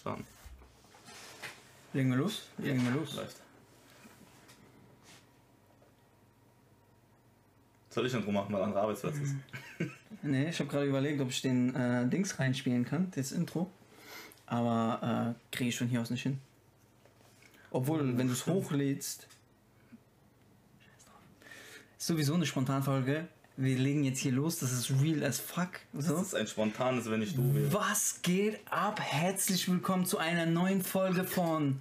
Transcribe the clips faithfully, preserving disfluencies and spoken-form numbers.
starten. Legen wir los? Legen wir los. Läuft. Soll ich Intro machen, weil andere Arbeitsplatz ist? Nee, ich habe gerade überlegt, ob ich den äh, Dings reinspielen kann, das Intro. Aber äh, kriege ich von hier aus nicht hin. Obwohl, wenn du es hochlädst, ist sowieso eine Spontanfolge. Wir legen jetzt hier los, das ist real as fuck. So. Das ist ein spontanes, wenn ich du wäre. Was geht ab? Herzlich willkommen zu einer neuen Folge von...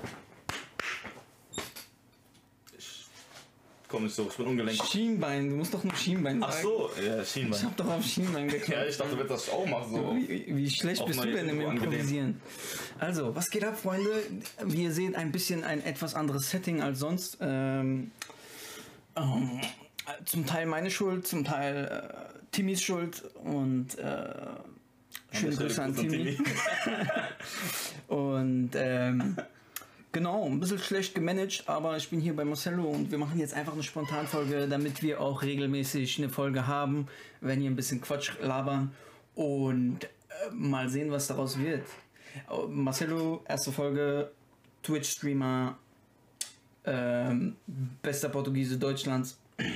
Ich komm nicht so, ich bin ungelenkt. Schienbein, du musst doch nur Schienbein sagen. Ach so, ja, Schienbein. Ich hab doch auf Schienbein Ja, geklappt. ich dachte, du willst das auch machen. So. Wie, wie schlecht Auf bist du meine denn im Intro angenehm. Improvisieren? Also, was geht ab, Freunde? Wie ihr seht, ein bisschen ein etwas anderes Setting als sonst. Ähm, ähm, zum Teil meine Schuld, zum Teil äh, Timmys Schuld und äh, schöne Grüße an Timmy. Und ähm, genau, ein bisschen schlecht gemanagt, aber ich bin hier bei Marcello und wir machen jetzt einfach eine Spontanfolge, damit wir auch regelmäßig eine Folge haben, wenn ihr ein bisschen Quatsch labern und äh, mal sehen, was daraus wird. Oh, Marcello, erste Folge, Twitch-Streamer, ähm, bester Portugiese Deutschlands.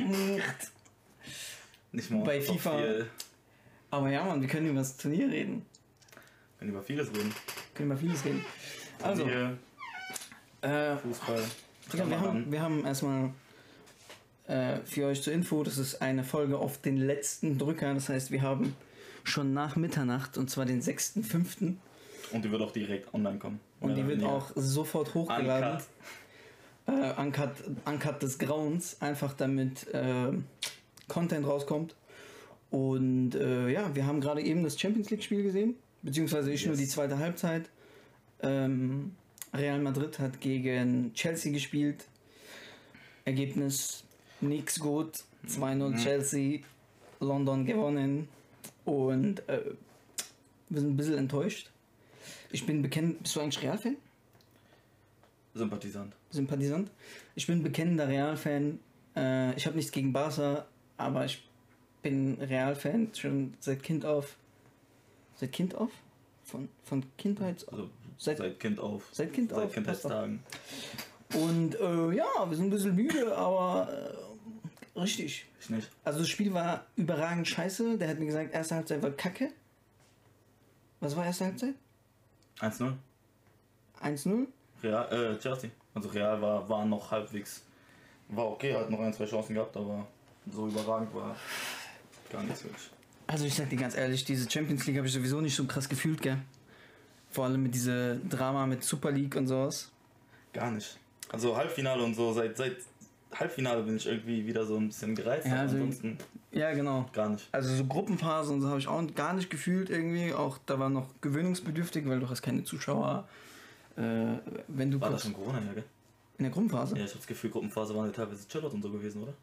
Nicht mal Bei FIFA. Viel. Aber ja, Mann, wir können über das Turnier reden. Wir können über vieles reden. Wir können über vieles reden. Also, Turnier, äh, Fußball. Digga, wir, haben, wir haben erstmal äh, für euch zur Info, das ist eine Folge auf den letzten Drücker. Das heißt, wir haben schon nach Mitternacht, und zwar den sechsten fünften Und die wird auch direkt online kommen. Und die Mehr wird oder auch sofort hochgeladen. Uncut. Äh, uncut, uncut des Grauens, einfach damit äh, Content rauskommt. Und äh, ja, wir haben gerade eben das Champions League Spiel gesehen, beziehungsweise ich Yes. nur die zweite Halbzeit. Ähm, Real Madrid hat gegen Chelsea gespielt. Ergebnis nix gut. zwei null Mhm. Chelsea, London gewonnen. Und äh, wir sind ein bisschen enttäuscht. Ich bin bekannt. Bist du eigentlich Real-Fan? Sympathisant. Sympathisant. Ich bin bekennender Real-Fan. Äh, ich habe nichts gegen Barca, aber ich bin Real-Fan schon seit Kind auf. Seit Kind auf? Von, von Kindheit Also Seit- seit, Kind auf. Seit Kind Seit auf. Kindheitstagen. Und äh, ja, wir sind ein bisschen müde, aber äh, richtig. Ich nicht. Also das Spiel war überragend scheiße. Der hat mir gesagt, erste Halbzeit war kacke. Was war erste Halbzeit? eins null. eins null? Real, äh, Chelsea. Also Real war, war noch halbwegs. War okay, hat noch ein, zwei Chancen gehabt, aber so überragend war gar nichts wirklich. Also ich sag dir ganz ehrlich, diese Champions League habe ich sowieso nicht so krass gefühlt, gell? Vor allem mit dieser Drama mit Super League und sowas. Gar nicht. Also Halbfinale und so, seit, seit Halbfinale bin ich irgendwie wieder so ein bisschen gereizt, Ja, aber also- ansonsten Ja, genau. gar nicht. Also so Gruppenphase und so habe ich auch gar nicht gefühlt irgendwie. Auch da war noch gewöhnungsbedürftig, weil du hast keine Zuschauer. Äh, wenn du War kurz das schon Corona, ja, gell? in der Gruppenphase. Ja, ich hab das Gefühl, Gruppenphase waren ja teilweise Chillout und so gewesen, oder?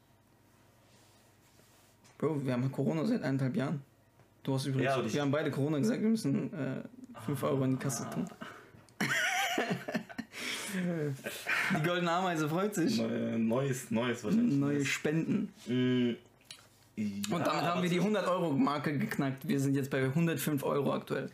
Bro, wir haben Corona seit eineinhalb Jahren. Du hast übrigens, Ja, aber die- wir haben beide Corona gesagt, wir müssen äh, fünf Euro in die Kasse tun. Die goldene Ameise freut sich. Neu, neues, neues wahrscheinlich. Neue Spenden. Mm, ja, Und damit haben wir die hundert Euro Marke geknackt. Wir sind jetzt bei hundertfünf Euro aktuell.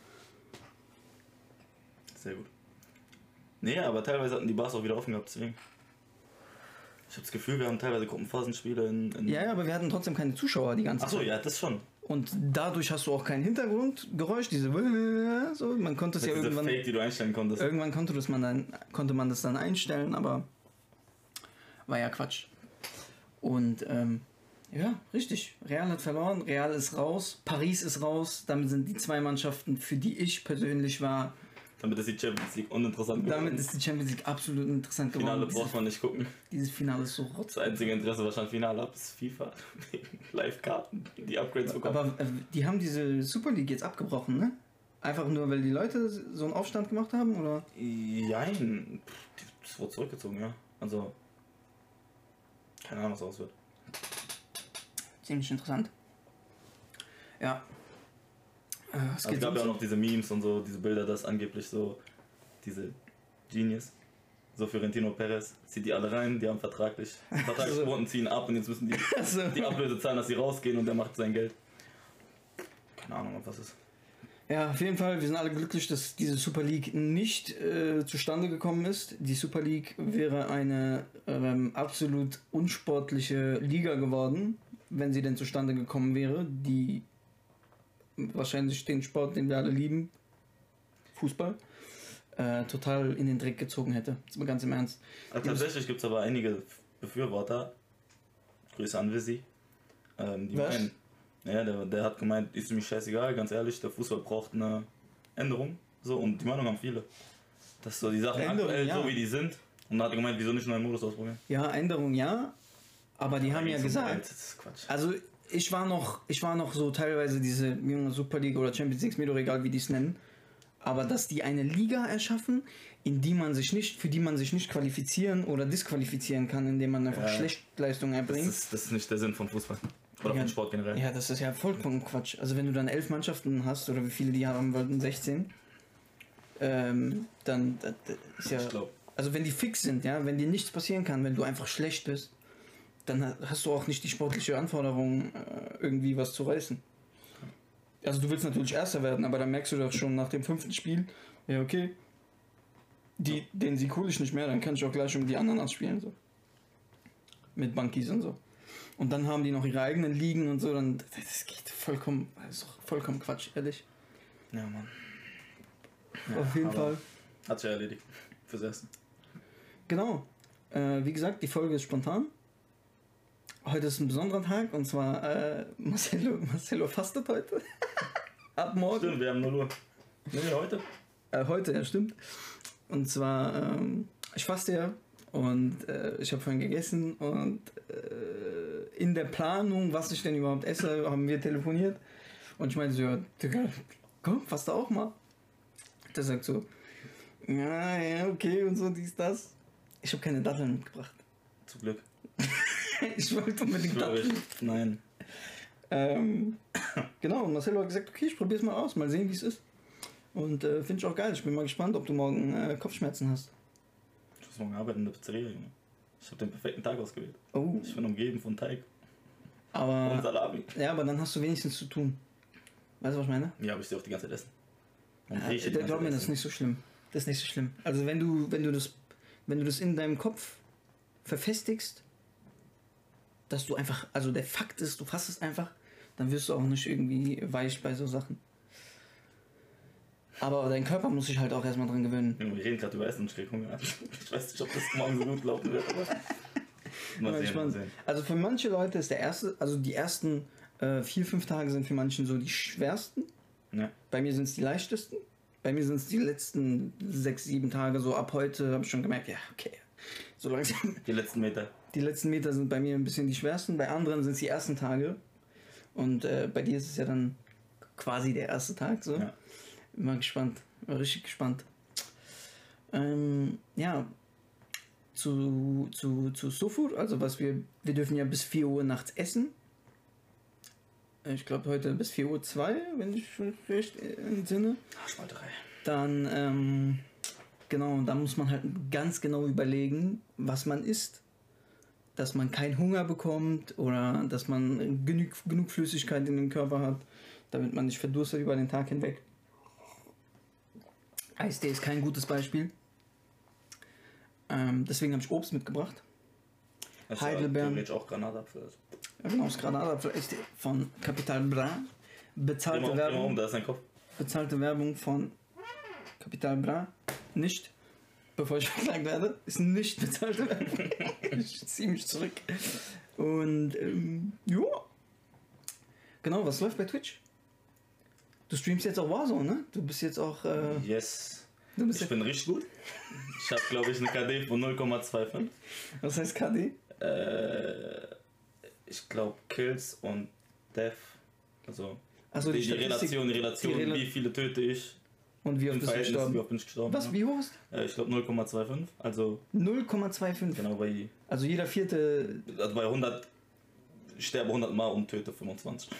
Sehr gut. Nee, aber teilweise hatten die Bars auch wieder offen gehabt, deswegen. Ich habe das Gefühl, wir haben teilweise Gruppenphasenspiele in. in Ja, ja, aber wir hatten trotzdem keine Zuschauer die ganze Achso, Zeit. ja, das schon. Und dadurch hast du auch kein Hintergrundgeräusch, diese so, man konnte es ja Diese irgendwann Fake, die du einstellen konntest. irgendwann konnte das man dann konnte man das dann einstellen, aber war ja Quatsch. Und ähm, ja, richtig. Real hat verloren, Real ist raus, Paris ist raus, damit sind die zwei Mannschaften, für die ich persönlich war, Damit ist die Champions League uninteressant geworden. damit ist die Champions League absolut interessant Finale geworden. braucht man nicht gucken. Dieses Finale ist so rotz. Das einzige Interesse, was ich an Finale habe, ist FIFA. Live-Karten, die Upgrades bekommen. Aber äh, die haben diese Super League jetzt abgebrochen, ne? Einfach nur, weil die Leute so einen Aufstand gemacht haben, oder? Jein. Das wurde zurückgezogen, ja. Also. Keine Ahnung, was aus wird. Ziemlich interessant. Ja. Äh, es Also es geht gab ja auch sonst- noch diese Memes und so, diese Bilder, dass angeblich so diese Genius, so Fiorentino Perez, zieht die alle rein, die haben vertraglich Vertragsquoten, ziehen ab und jetzt müssen die Also, die Ablöse zahlen, dass sie rausgehen und der macht sein Geld. Keine Ahnung, ob was ist. Ja, auf jeden Fall, wir sind alle glücklich, dass diese Super League nicht äh, zustande gekommen ist. Die Super League wäre eine ähm, absolut unsportliche Liga geworden, wenn sie denn zustande gekommen wäre, die wahrscheinlich den Sport, den wir alle lieben, Fußball, äh, total in den Dreck gezogen hätte. Das ist mal ganz im Ernst. Also tatsächlich gibt es aber einige Befürworter, Grüße an Visi, ähm, die Was? meinen, ja, der, der hat gemeint, ist mir scheißegal, ganz ehrlich, der Fußball braucht eine Änderung. So, und die Meinung haben viele. Dass so die Sachen Änderung, aktuell ja. so wie die sind. Und dann hat er gemeint, wieso nicht einen neuen Modus ausprobieren? Ja, Änderung ja, aber die haben ja Eigentlich gesagt, Das ist Quatsch. also ich war noch, ich war noch so teilweise diese junge Super League oder Champions League, mir doch egal, wie die es nennen, aber dass die eine Liga erschaffen, in die man sich nicht, für die man sich nicht qualifizieren oder disqualifizieren kann, indem man einfach Ja. Schlechtleistungen Das erbringt. ist, das ist nicht der Sinn von Fußball. Oder Ja. von Sport generell. Ja, das ist ja vollkommen Quatsch. Also wenn du dann elf Mannschaften hast, oder wie viele die haben wollten, sechzehn, ähm, dann das, das ist ja... Ich glaube. Also wenn die fix sind, ja, wenn dir nichts passieren kann, wenn du einfach schlecht bist, dann ha- hast du auch nicht die sportliche Anforderung, äh, irgendwie was zu reißen. Also du willst natürlich Erster werden, aber dann merkst du doch schon nach dem fünften Spiel, ja okay, die, den sie cool ich nicht mehr, dann kann ich auch gleich um die anderen ausspielen, so. Mit Bunkies und so. Und dann haben die noch ihre eigenen Ligen und so, dann, das geht vollkommen, das ist doch vollkommen Quatsch, ehrlich. Ja, Mann. Auf jeden aber Fall. Hat sich ja erledigt. Fürs Erste. Genau. Äh, wie gesagt, die Folge ist spontan. Heute ist ein besonderer Tag und zwar äh, Marcelo, Marcelo fastet heute. Ab morgen. Stimmt, wir haben null Uhr. Nee, heute? Äh, heute, ja, stimmt. Und zwar, ähm, ich faste ja und äh, ich habe vorhin gegessen und äh, in der Planung, was ich denn überhaupt esse, haben wir telefoniert. Und ich meinte so, ja, Digga, komm, faste auch mal. Der sagt so, ja, ja, okay und so, dies, das. Ich habe keine Datteln mitgebracht. Zum Glück. Ich wollte unbedingt Glaube ich. Datteln. Nein. Ähm, genau, und Marcelo hat gesagt, okay, ich probier's mal aus, mal sehen, wie es ist. Und äh, finde ich auch geil. Ich bin mal gespannt, ob du morgen äh, Kopfschmerzen hast. Ich muss morgen arbeiten in der Pizzeria, Junge. Ich habe den perfekten Tag ausgewählt. Oh, Ich bin umgeben von Teig und aber Salami. ja, aber dann hast du wenigstens zu tun. Weißt du, was ich meine? Ja, aber ich sehe auch die ganze Zeit essen. Und Ja, rieche die äh, ganze glaub mir, Zeit das ist essen. nicht so schlimm. Das ist nicht so schlimm. Also wenn du, wenn du das, wenn du das in deinem Kopf verfestigst, dass du einfach, also der Fakt ist, du fasst es einfach, dann wirst du auch nicht irgendwie weich bei so Sachen. Aber dein Körper muss sich halt auch erstmal dran gewöhnen. Junge, wir reden gerade über Essen und ich krieg Hunger. Ich weiß nicht, ob das morgen so gut laufen wird, aber. Mal Ja, sehen, spannend. mal sehen. Also für manche Leute ist der erste, also die ersten äh, vier, fünf Tage sind für manchen so die schwersten. Ja. Bei mir sind es die leichtesten. Bei mir sind es die letzten sechs, sieben Tage. So ab heute habe ich schon gemerkt, ja, okay. So langsam. Die letzten Meter. Die letzten Meter sind bei mir ein bisschen die schwersten. Bei anderen sind es die ersten Tage. Und äh, bei dir ist es ja dann quasi der erste Tag. So. Ja. Bin mal gespannt. Bin richtig gespannt. Ähm, ja. Zu, zu, zu Sofur, also was wir, wir dürfen ja bis vier Uhr nachts essen. Ich glaube heute bis vier Uhr zwei, wenn ich recht entsinne. Arschwalterei. Dann, ähm, genau, da muss man halt ganz genau überlegen, was man isst. Dass man keinen Hunger bekommt oder dass man genug, genug Flüssigkeit in dem Körper hat, damit man nicht verdurstet über den Tag hinweg. Eistee ist kein gutes Beispiel. Ähm, deswegen habe ich Obst mitgebracht. Das Heidelbeeren. ist ja auch Granatapfel. Also. Ja, genau, das Granatapfel Eistee von Capital Bra. Bezahlte Dreh mal um, dreh mal um, Werbung, da ist ein Kopf. bezahlte Werbung von Capital Bra. Nicht, bevor ich verklagt werde, ist nicht bezahlte Werbung. Ich ziehe mich zurück. Und, ähm, ja. Genau, was läuft bei Twitch? Du streamst jetzt auch Warzone, ne? Du bist jetzt auch, äh, Yes. du bist Ich jetzt, bin richtig gut. Ich habe, glaube ich, eine K D von null Komma fünfundzwanzig. was heißt K D? Äh, ich glaube Kills und Death. Also Achso, die, die Statistik- Relation, die Relation, die Rela- wie viele töte ich Und wie oft im bist du Verhältnis, wie gestorben? oft bin ich gestorben. Was, ja. wie hoch ist? Äh, ich glaube null Komma fünfundzwanzig. Also null Komma fünfundzwanzig. genau bei, Also jeder vierte. also bei hundert, ich sterbe hundert Mal und töte fünfundzwanzig.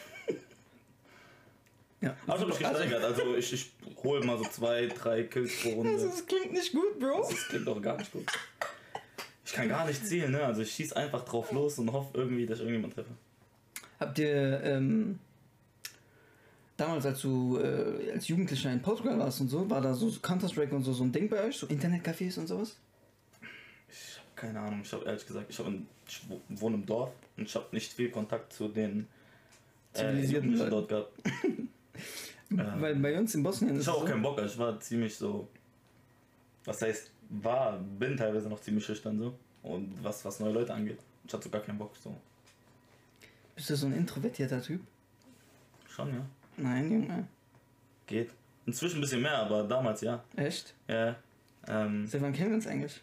Ja. Aber ich habe mich Also- gesteigert. Also ich, ich hole mal so zwei, drei Kills pro Runde. Also, das klingt nicht gut, Bro. Das klingt doch gar nicht gut. Ich kann gar nicht zielen, ne? Also ich schieß einfach drauf los und hoffe irgendwie, dass ich irgendjemand treffe. Habt ihr, ähm, damals, als du äh, als Jugendlicher in Portugal warst und so, war da so Counter-Strike und so, so ein Ding bei euch? So Internetcafés und sowas? Ich habe keine Ahnung, ich habe ehrlich gesagt, ich, hab in, ich wohne im Dorf und ich habe nicht viel Kontakt zu den äh, Zivilisierten Jugendlichen dort gehabt. ähm, Weil bei uns in Bosnien ist Ich habe auch so, keinen Bock, also ich war ziemlich so, was heißt, war, bin teilweise noch ziemlich schüchtern so. Und was, was neue Leute angeht, ich hatte so gar keinen Bock so. Bist du so ein introvertierter Typ? Schon, ja. Nein, Junge. Geht. Inzwischen ein bisschen mehr, aber damals ja. Echt? Ja. Ähm, Seit wann kennen wir uns eigentlich?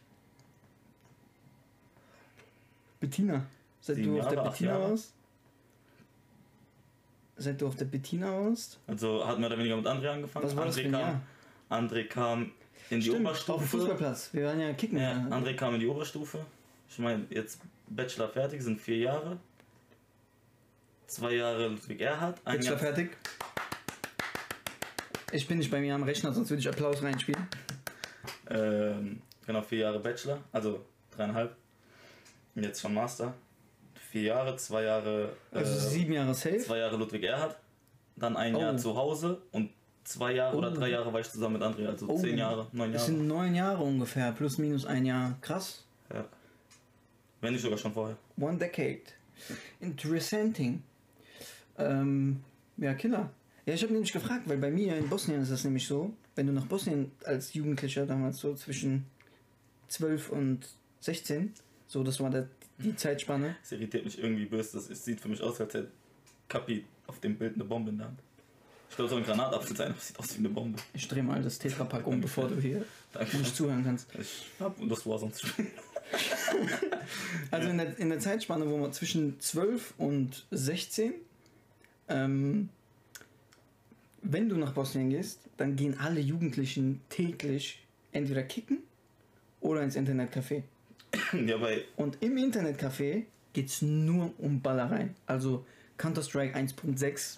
Bettina. Seit Sieben du auf der Jahre, acht Bettina Jahre. warst? Seit du auf der Bettina warst? also hat mehr oder weniger mit André angefangen. Was war das André für ein kam, Jahr? André kam in die Stimmt, Oberstufe. auf dem Fußballplatz. Wir waren ja kicken. Ja, André kam in die Oberstufe. Ich meine, jetzt Bachelor fertig, sind vier Jahre. Zwei Jahre Ludwig Erhard. Ein Bachelor Jahr fertig. Ich bin nicht bei mir am Rechner, sonst würde ich Applaus reinspielen. Ähm, genau, vier Jahre Bachelor, also dreieinhalb. Und jetzt schon Master. Vier Jahre, zwei Jahre. Äh, Also sieben Jahre safe. Zwei Jahre Ludwig Erhard. Dann ein Oh. Jahr zu Hause und zwei Jahre Oh. oder drei Jahre war ich zusammen mit André, also Oh. zehn Jahre, neun Das Jahre. sind neun Jahre ungefähr, plus minus ein Jahr. Krass. Ja. Wenn nicht sogar schon vorher. One decade. Interesting. Ähm, ja, Killer. Ja, ich habe nämlich gefragt, weil bei mir in Bosnien ist das nämlich so, wenn du nach Bosnien als Jugendlicher damals so zwischen zwölf und sechzehn, so das war der, die Zeitspanne. Das irritiert mich irgendwie böse. Das ist, sieht für mich aus, als hätte Kapi auf dem Bild eine Bombe in der Hand. Ich glaube, so ein Granatapfel sein, aber es sieht aus wie eine Bombe. Ich drehe mal das Tetrapack um, bevor du hier Danke. nicht zuhören kannst. Ich hab und das war sonst schon. Also in der, in der Zeitspanne, wo man zwischen zwölf und sechzehn, ähm, wenn du nach Bosnien gehst, dann gehen alle Jugendlichen täglich entweder kicken oder ins Internetcafé. Ja, bei Und im Internetcafé geht es nur um Ballereien. Also Counter-Strike eins Punkt sechs.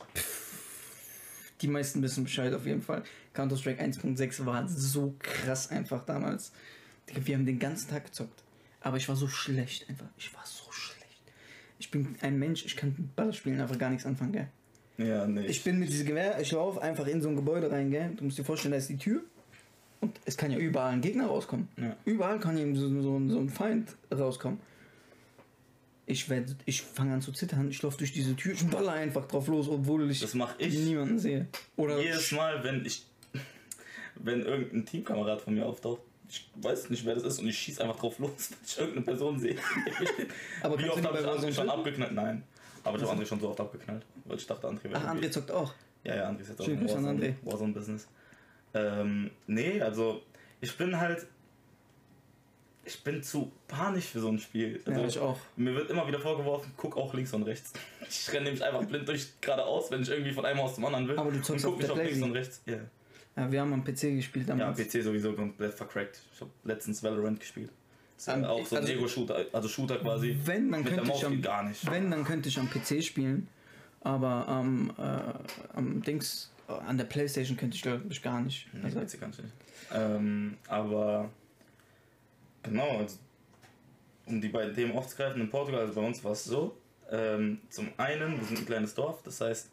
Die meisten wissen Bescheid auf jeden Fall. Counter-Strike eins Punkt sechs war so krass einfach damals. Wir haben den ganzen Tag gezockt. Aber ich war so schlecht einfach. Ich war so schlecht. Ich bin ein Mensch, ich kann mit Ballerspielen einfach gar nichts anfangen, gell? Ja, nee. Ich bin mit diesem Gewehr, ich laufe einfach in so ein Gebäude rein, gell? Du musst dir vorstellen, da ist die Tür. Und es kann ja überall ein Gegner rauskommen. Ja. Überall kann eben so, so, so ein Feind rauskommen. Ich werde, ich fange an zu zittern, ich laufe durch diese Tür, ich baller einfach drauf los, obwohl ich, Das mach ich. niemanden sehe. Oder Jedes Mal, wenn ich. Wenn irgendein Teamkamerad von mir auftaucht, ich weiß nicht, wer das ist und ich schieße einfach drauf los, weil ich irgendeine Person sehe. aber Wie kannst oft du habe nicht ich bei André Warzone schon töten? abgeknallt? Nein. Aber ich habe André schon so oft abgeknallt, weil ich dachte, André wäre. Ach, André zockt auch. Ja, ja, André ist jetzt auch Schönen im Gruß an Warzone, André. Warzone-Business. Ähm, nee, also ich bin halt. Ich bin zu panisch für so ein Spiel. Also, Ja, ich auch. Mir wird immer wieder vorgeworfen, guck auch links und rechts. Ich renne nämlich einfach blind durch geradeaus, wenn ich irgendwie von einem Haus zum anderen will. Aber du und zockst guck auf nicht der auf links Playsee. und rechts. Yeah. Ja, wir haben am P C gespielt Ja, damals. P C sowieso komplett vercrackt. Ich habe letztens Valorant gespielt. Das ist Ähm, auch so ein also- Ego-Shooter, also Shooter quasi. Wenn, dann Mit der könnte Maus ich am, geht gar nicht. wenn, dann könnte ich am P C spielen. Aber am, äh, am Dings, äh, an der Playstation könnte ich glaube ich gar nicht. Nee, Also, P C kann ich nicht. Ähm, aber genau, also, um die beiden Themen aufzugreifen, in Portugal, also bei uns war es so, ähm, zum einen, wir sind ein kleines Dorf, das heißt,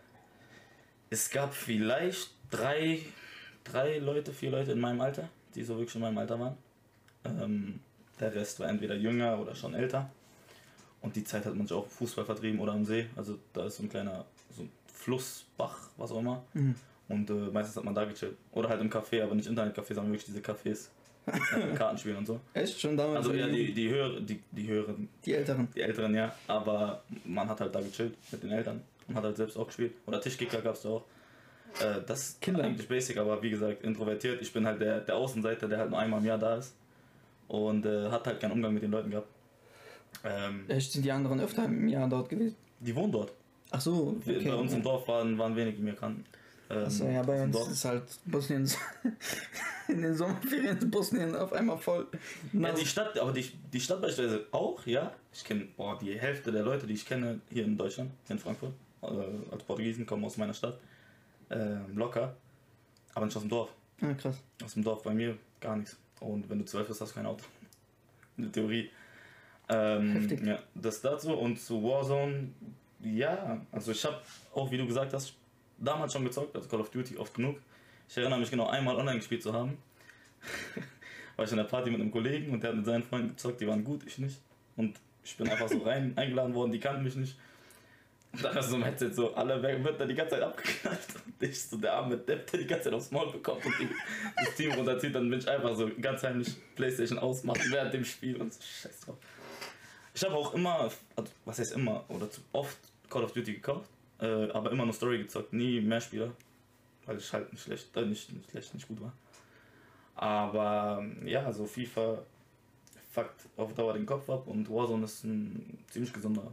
es gab vielleicht drei, drei Leute, vier Leute in meinem Alter, die so wirklich in meinem Alter waren. Ähm, der Rest war entweder jünger oder schon älter. Und die Zeit hat man sich auch Fußball vertrieben oder am See. Also da ist so ein kleiner so ein Fluss, Bach, was auch immer. Mhm. Und äh, meistens hat man da gechillt. Oder halt im Café, aber nicht Internetcafé, sondern wirklich diese Cafés. äh, Kartenspielen und so. echt schon damals? Also ja, die, die, die, höhere, die, die höheren, die Älteren. die Älteren ja. Aber man hat halt da gechillt mit den Eltern. Und hat halt selbst auch gespielt. Oder Tischkicker gab es da auch. Äh, das ist Killer. eigentlich basic, aber wie gesagt, introvertiert. Ich bin halt der, der Außenseiter, der halt nur einmal im Jahr da ist. Und äh, hat halt keinen Umgang mit den Leuten gehabt. Ähm, Echt, sind die anderen öfter im Jahr dort gewesen? die wohnen dort. Ach so, okay. Bei uns im Dorf waren, waren wenige, die mir kannten. Ähm, Achso, ja, bei im uns Dorf. ist halt Bosnien in den Sommerferien ist Bosnien auf einmal voll. Ja, nass. die Stadt, aber die, die Stadt beispielsweise auch, ja. Ich kenne die Hälfte der Leute, die ich kenne hier in Deutschland, hier in Frankfurt, also als Portugiesen, kommen aus meiner Stadt. Ähm, locker. Aber nicht aus dem Dorf. Ah, krass. Aus dem Dorf bei mir gar nichts. Und wenn du zwölf bist, hast du kein Auto. In der Theorie. Ähm, Heftig. Ja, das dazu. Und zu Warzone, ja, also ich habe auch, wie du gesagt hast, damals schon gezockt, also Call of Duty oft genug. Ich erinnere mich genau einmal online gespielt zu haben. War ich in der Party mit einem Kollegen und der hat mit seinen Freunden gezockt, die waren gut, ich nicht. Und ich bin einfach so rein eingeladen worden, die kannten mich nicht. Und dann hast du so im Headset so, alle wird da die ganze Zeit abgeknallt und ich so der arme Depp, der die ganze Zeit aufs Maul bekommt und die, das Team runterzieht, dann bin ich einfach so ganz heimlich Playstation ausmachen während dem Spiel und so, scheiß drauf. Ich habe auch immer, also was heißt immer, oder zu oft Call of Duty gekauft, äh, aber immer nur Story gezockt, nie Mehrspieler, weil ich halt nicht schlecht, äh, nicht, nicht schlecht, nicht gut war. Aber ja, so FIFA fuckt auf Dauer den Kopf ab und Warzone ist ein ziemlich gesunder,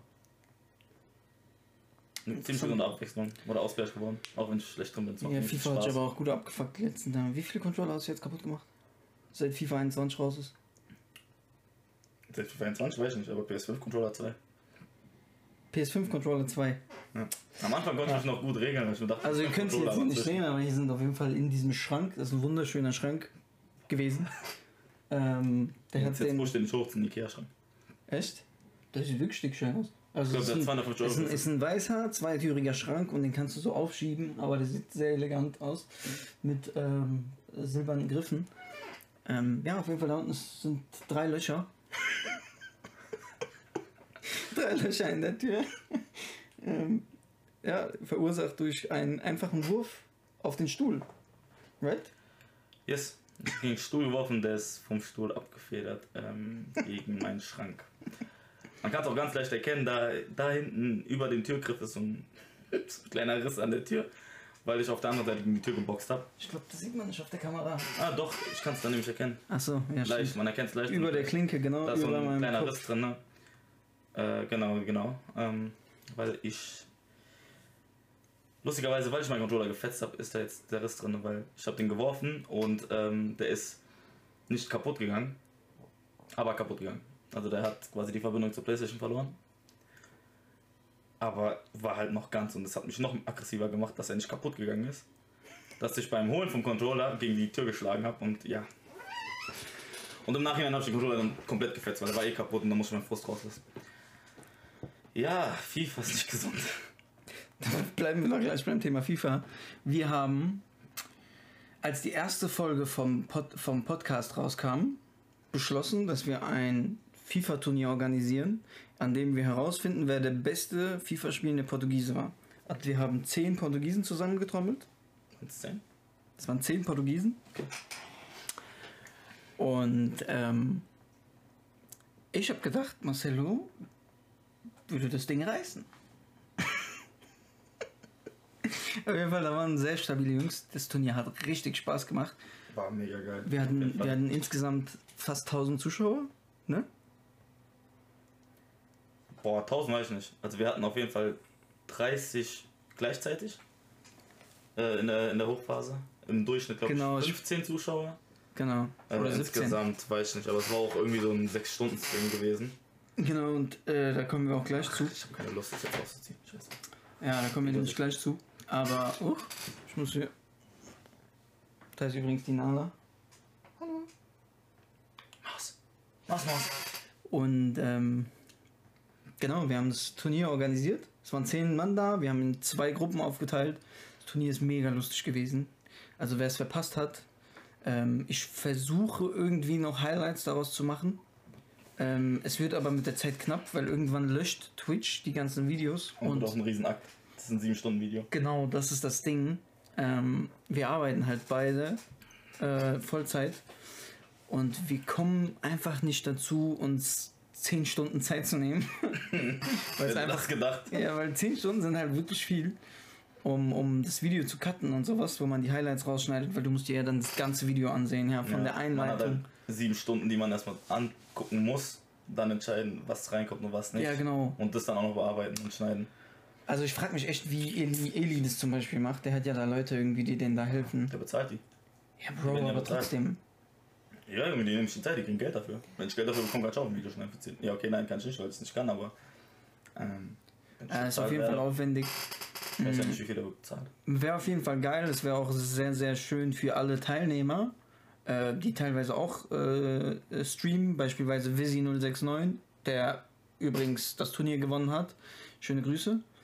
eine ziemlich gesunde Abwechslung oder Ausgleich geworden, auch wenn ich schlecht drin bin. Ja, FIFA hat sich aber auch gut abgefuckt die letzten Tage. Wie viele Controller hast du jetzt kaputt gemacht? Seit FIFA einundzwanzig raus ist? Seit FIFA einundzwanzig weiß ich nicht, aber P S fünf Controller zwei. P S fünf Controller zwei. Ja. Am Anfang konnte ich mich noch gut regeln, weil ich mir dachte, also ihr könnt es jetzt nicht sehen, aber hier sind auf jeden Fall in diesem Schrank, das ist ein wunderschöner Schrank gewesen. ähm, der jetzt hat jetzt den... muss ich den nicht hoch zum Ikea-Schrank. Echt? Das sieht wirklich schön aus. Also ich glaube, der hat zweihundertfünfzig Euro. Ist ein, ist ein weißer, zweitüriger Schrank und den kannst du so aufschieben, aber der sieht sehr elegant aus. Mit ähm, silbernen Griffen. Ähm, ja, auf jeden Fall da unten sind drei Löcher. drei Löcher in der Tür. ähm, ja, verursacht durch einen einfachen Wurf auf den Stuhl. Right? Yes. Ich bin gegen den Stuhl geworfen, der ist vom Stuhl abgefedert ähm, gegen meinen Schrank. Man kann es auch ganz leicht erkennen, da, da hinten über dem Türgriff ist so ein, so ein kleiner Riss an der Tür, weil ich auf der anderen Seite gegen die Tür geboxt habe. Ich glaube, das sieht man nicht auf der Kamera. Ah doch, ich kann es dann nämlich erkennen. Achso, ja, leicht, stimmt. man erkennt es leicht. Über der Klinke, genau. Da ist so über ein kleiner Kopf. Riss drin, ne? Äh, genau, genau. Ähm, weil ich... Lustigerweise, weil ich meinen Controller gefetzt habe, ist da jetzt der Riss drin, weil ich habe den geworfen und ähm, der ist nicht kaputt gegangen, aber kaputt gegangen. Also der hat quasi die Verbindung zur PlayStation verloren. Aber war halt noch ganz und das hat mich noch aggressiver gemacht, dass er nicht kaputt gegangen ist. Dass ich beim Holen vom Controller gegen die Tür geschlagen habe und ja. Und im Nachhinein habe ich den Controller dann komplett gefetzt, weil er war eh kaputt und dann musste ich meinen Frust rauslassen. Ja, FIFA ist nicht gesund. Bleiben wir noch gleich beim Thema FIFA. Wir haben, als die erste Folge vom, Pod, vom Podcast rauskam, beschlossen, dass wir ein FIFA-Turnier organisieren, an dem wir herausfinden, wer der beste FIFA-spielende Portugiese war. Also wir haben zehn Portugiesen zusammengetrommelt. zehn? Das waren zehn Portugiesen. Okay. Und ähm, ich habe gedacht, Marcelo würde das Ding reißen. Auf jeden Fall, da waren sehr stabile Jungs. Das Turnier hat richtig Spaß gemacht. War mega geil. Wir hatten, wir hatten insgesamt fast tausend Zuschauer, ne? Boah, tausend weiß ich nicht. Also wir hatten auf jeden Fall dreißig gleichzeitig äh, in, der, in der Hochphase. Im Durchschnitt, glaube genau, ich, fünfzehn Zuschauer. Genau. Oder äh, insgesamt, weiß ich nicht, aber es war auch irgendwie so ein sechs Stunden Stream gewesen. Genau, und äh, da kommen wir auch gleich zu. Ich habe keine Lust, das jetzt auszuziehen. Scheiße. Ja, da kommen wir nämlich gleich zu. Aber, oh, ich muss hier... Da ist übrigens die Nala. Hallo. Maus. Maus, Maus. Und, ähm... genau, wir haben das Turnier organisiert. Es waren zehn Mann da, wir haben in zwei Gruppen aufgeteilt. Das Turnier ist mega lustig gewesen. Also wer es verpasst hat, ähm, ich versuche irgendwie noch Highlights daraus zu machen. Ähm, es wird aber mit der Zeit knapp, weil irgendwann löscht Twitch die ganzen Videos. Und, und auch ein Riesenakt. Das ist ein sieben Stunden Video. Genau, das ist das Ding. Ähm, wir arbeiten halt beide äh, Vollzeit und wir kommen einfach nicht dazu, uns zehn Stunden Zeit zu nehmen. weil es einfach das gedacht. Ja, weil zehn Stunden sind halt wirklich viel, um, um das Video zu cutten und sowas, wo man die Highlights rausschneidet, weil du musst dir ja dann das ganze Video ansehen, ja, von ja, der Einleitung. Man hat halt sieben Stunden, die man erstmal angucken muss, dann entscheiden, was reinkommt und was nicht. Ja, genau. Und das dann auch noch bearbeiten und schneiden. Also ich frage mich echt, wie Eli, Eli das zum Beispiel macht. Der hat ja da Leute irgendwie, die denen da helfen. Der bezahlt die. Ja, Bro, aber bezahlt. Trotzdem. Ja, irgendwie, die nehmen sich die Zeit, die kriegen Geld dafür. Wenn ich Geld dafür bekomme, kann ich auch ein Video schneiden für zehn. Ja, okay, nein, kann ich nicht, weil ich es nicht kann, aber... Ähm, äh, ist auf jeden Fall aufwendig. Ich weiß ja nicht, wie viel der bezahlt. Wäre auf jeden Fall geil. Es wäre auch sehr, sehr schön für alle Teilnehmer, äh, die teilweise auch äh, streamen. Beispielsweise Visi null sechs neun, der übrigens das Turnier gewonnen hat. Schöne Grüße.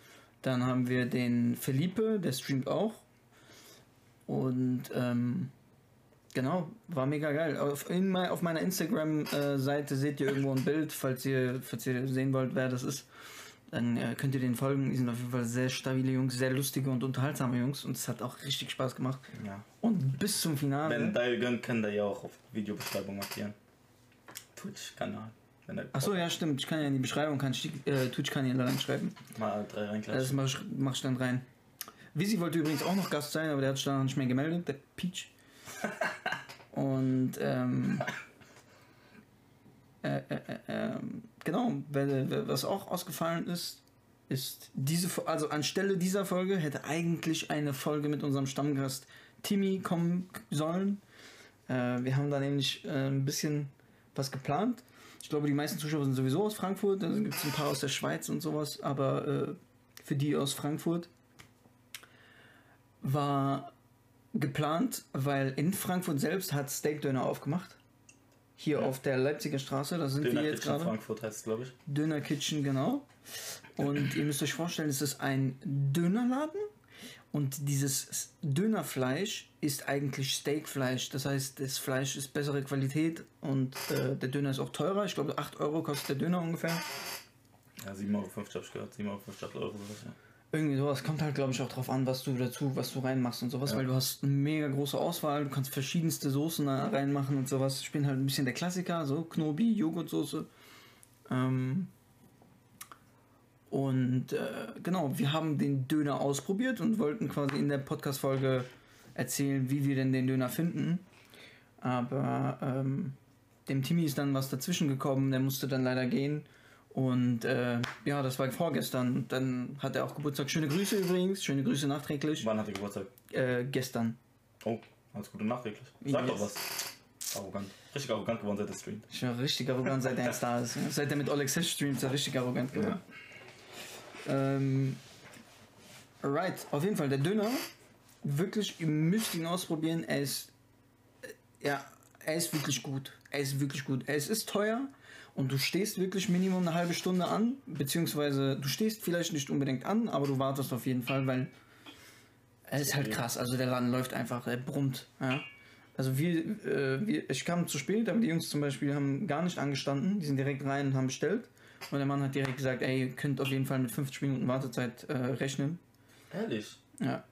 Dann haben wir den Felipe, der streamt auch. Und ähm, genau, war mega geil. Auf, in mein, auf meiner Instagram-Seite seht ihr irgendwo ein Bild, falls ihr, falls ihr sehen wollt, wer das ist. Dann äh, könnt ihr den folgen. Die sind auf jeden Fall sehr stabile Jungs, sehr lustige und unterhaltsame Jungs. Und es hat auch richtig Spaß gemacht. Ja. Und bis zum Finale. Wenn Dial gönnt, kann der ja auch auf Videobeschreibung markieren. Twitch-Kanal. Achso, ja, stimmt. Ich kann ja in die Beschreibung, kann ich, äh, Twitch-Kanal reinschreiben. Mal drei reinklatschen. Das mach ich, mach ich dann rein. Visi wollte übrigens auch noch Gast sein, aber der hat sich dann nicht mehr gemeldet, der Peach. Und, ähm. Äh, äh, äh, genau, was auch ausgefallen ist, ist diese, also anstelle dieser Folge hätte eigentlich eine Folge mit unserem Stammgast Timmy kommen sollen. Äh, wir haben da nämlich äh, ein bisschen was geplant. Ich glaube, die meisten Zuschauer sind sowieso aus Frankfurt, da gibt es ein paar aus der Schweiz und sowas, aber äh, für die aus Frankfurt war geplant, weil in Frankfurt selbst hat Steak-Döner aufgemacht. Hier ja. Auf der Leipziger Straße, da sind Döner wir jetzt gerade. Frankfurt heißt es, glaube ich. Döner Kitchen, genau. Und ihr müsst euch vorstellen, es ist ein Dönerladen und dieses Dönerfleisch ist eigentlich Steakfleisch. Das heißt, das Fleisch ist bessere Qualität und äh, der Döner ist auch teurer. Ich glaube, acht Euro kostet der Döner ungefähr. Ja, sieben Euro fünfzig habe ich gehört. sieben Euro fünfzig, acht Euro sowas, ja. Irgendwie sowas. Kommt halt, glaube ich, auch drauf an, was du dazu, was du reinmachst und sowas, ja. Weil du hast eine mega große Auswahl. Du kannst verschiedenste Soßen da reinmachen und sowas. Ich bin halt ein bisschen der Klassiker, so Knobi, Joghurtsoße. Ähm und äh, genau, wir haben den Döner ausprobiert und wollten quasi in der Podcast-Folge erzählen, wie wir denn den Döner finden. Aber ähm, dem Timmy ist dann was dazwischen gekommen, der musste dann leider gehen. Und äh, ja, das war vorgestern. Dann hat er auch Geburtstag. Schöne Grüße übrigens. Schöne Grüße nachträglich. Wann hat er Geburtstag? Äh, gestern. Oh, alles Gute nachträglich. Sag doch was. Arrogant. Richtig arrogant geworden seit der Stream. Ich war richtig arrogant, seit er jetzt da ist. Seit er mit Olex Hesh streamt, ist er richtig arrogant geworden. Ja. Ähm, right, auf jeden Fall. Der Döner, wirklich, ihr müsst ihn ausprobieren. Er ist, äh, ja, er ist wirklich gut. Er ist wirklich gut. Es ist teuer. Und du stehst wirklich Minimum eine halbe Stunde an, beziehungsweise du stehst vielleicht nicht unbedingt an, aber du wartest auf jeden Fall, weil es ist halt krass. Also der Laden läuft einfach, er brummt. Ja? Also wir, äh, wir, ich kam zu spät, aber die Jungs zum Beispiel haben gar nicht angestanden, die sind direkt rein und haben bestellt. Und der Mann hat direkt gesagt, ey, ihr könnt auf jeden Fall mit fünfzig Minuten Wartezeit äh, rechnen. Ehrlich? Ja.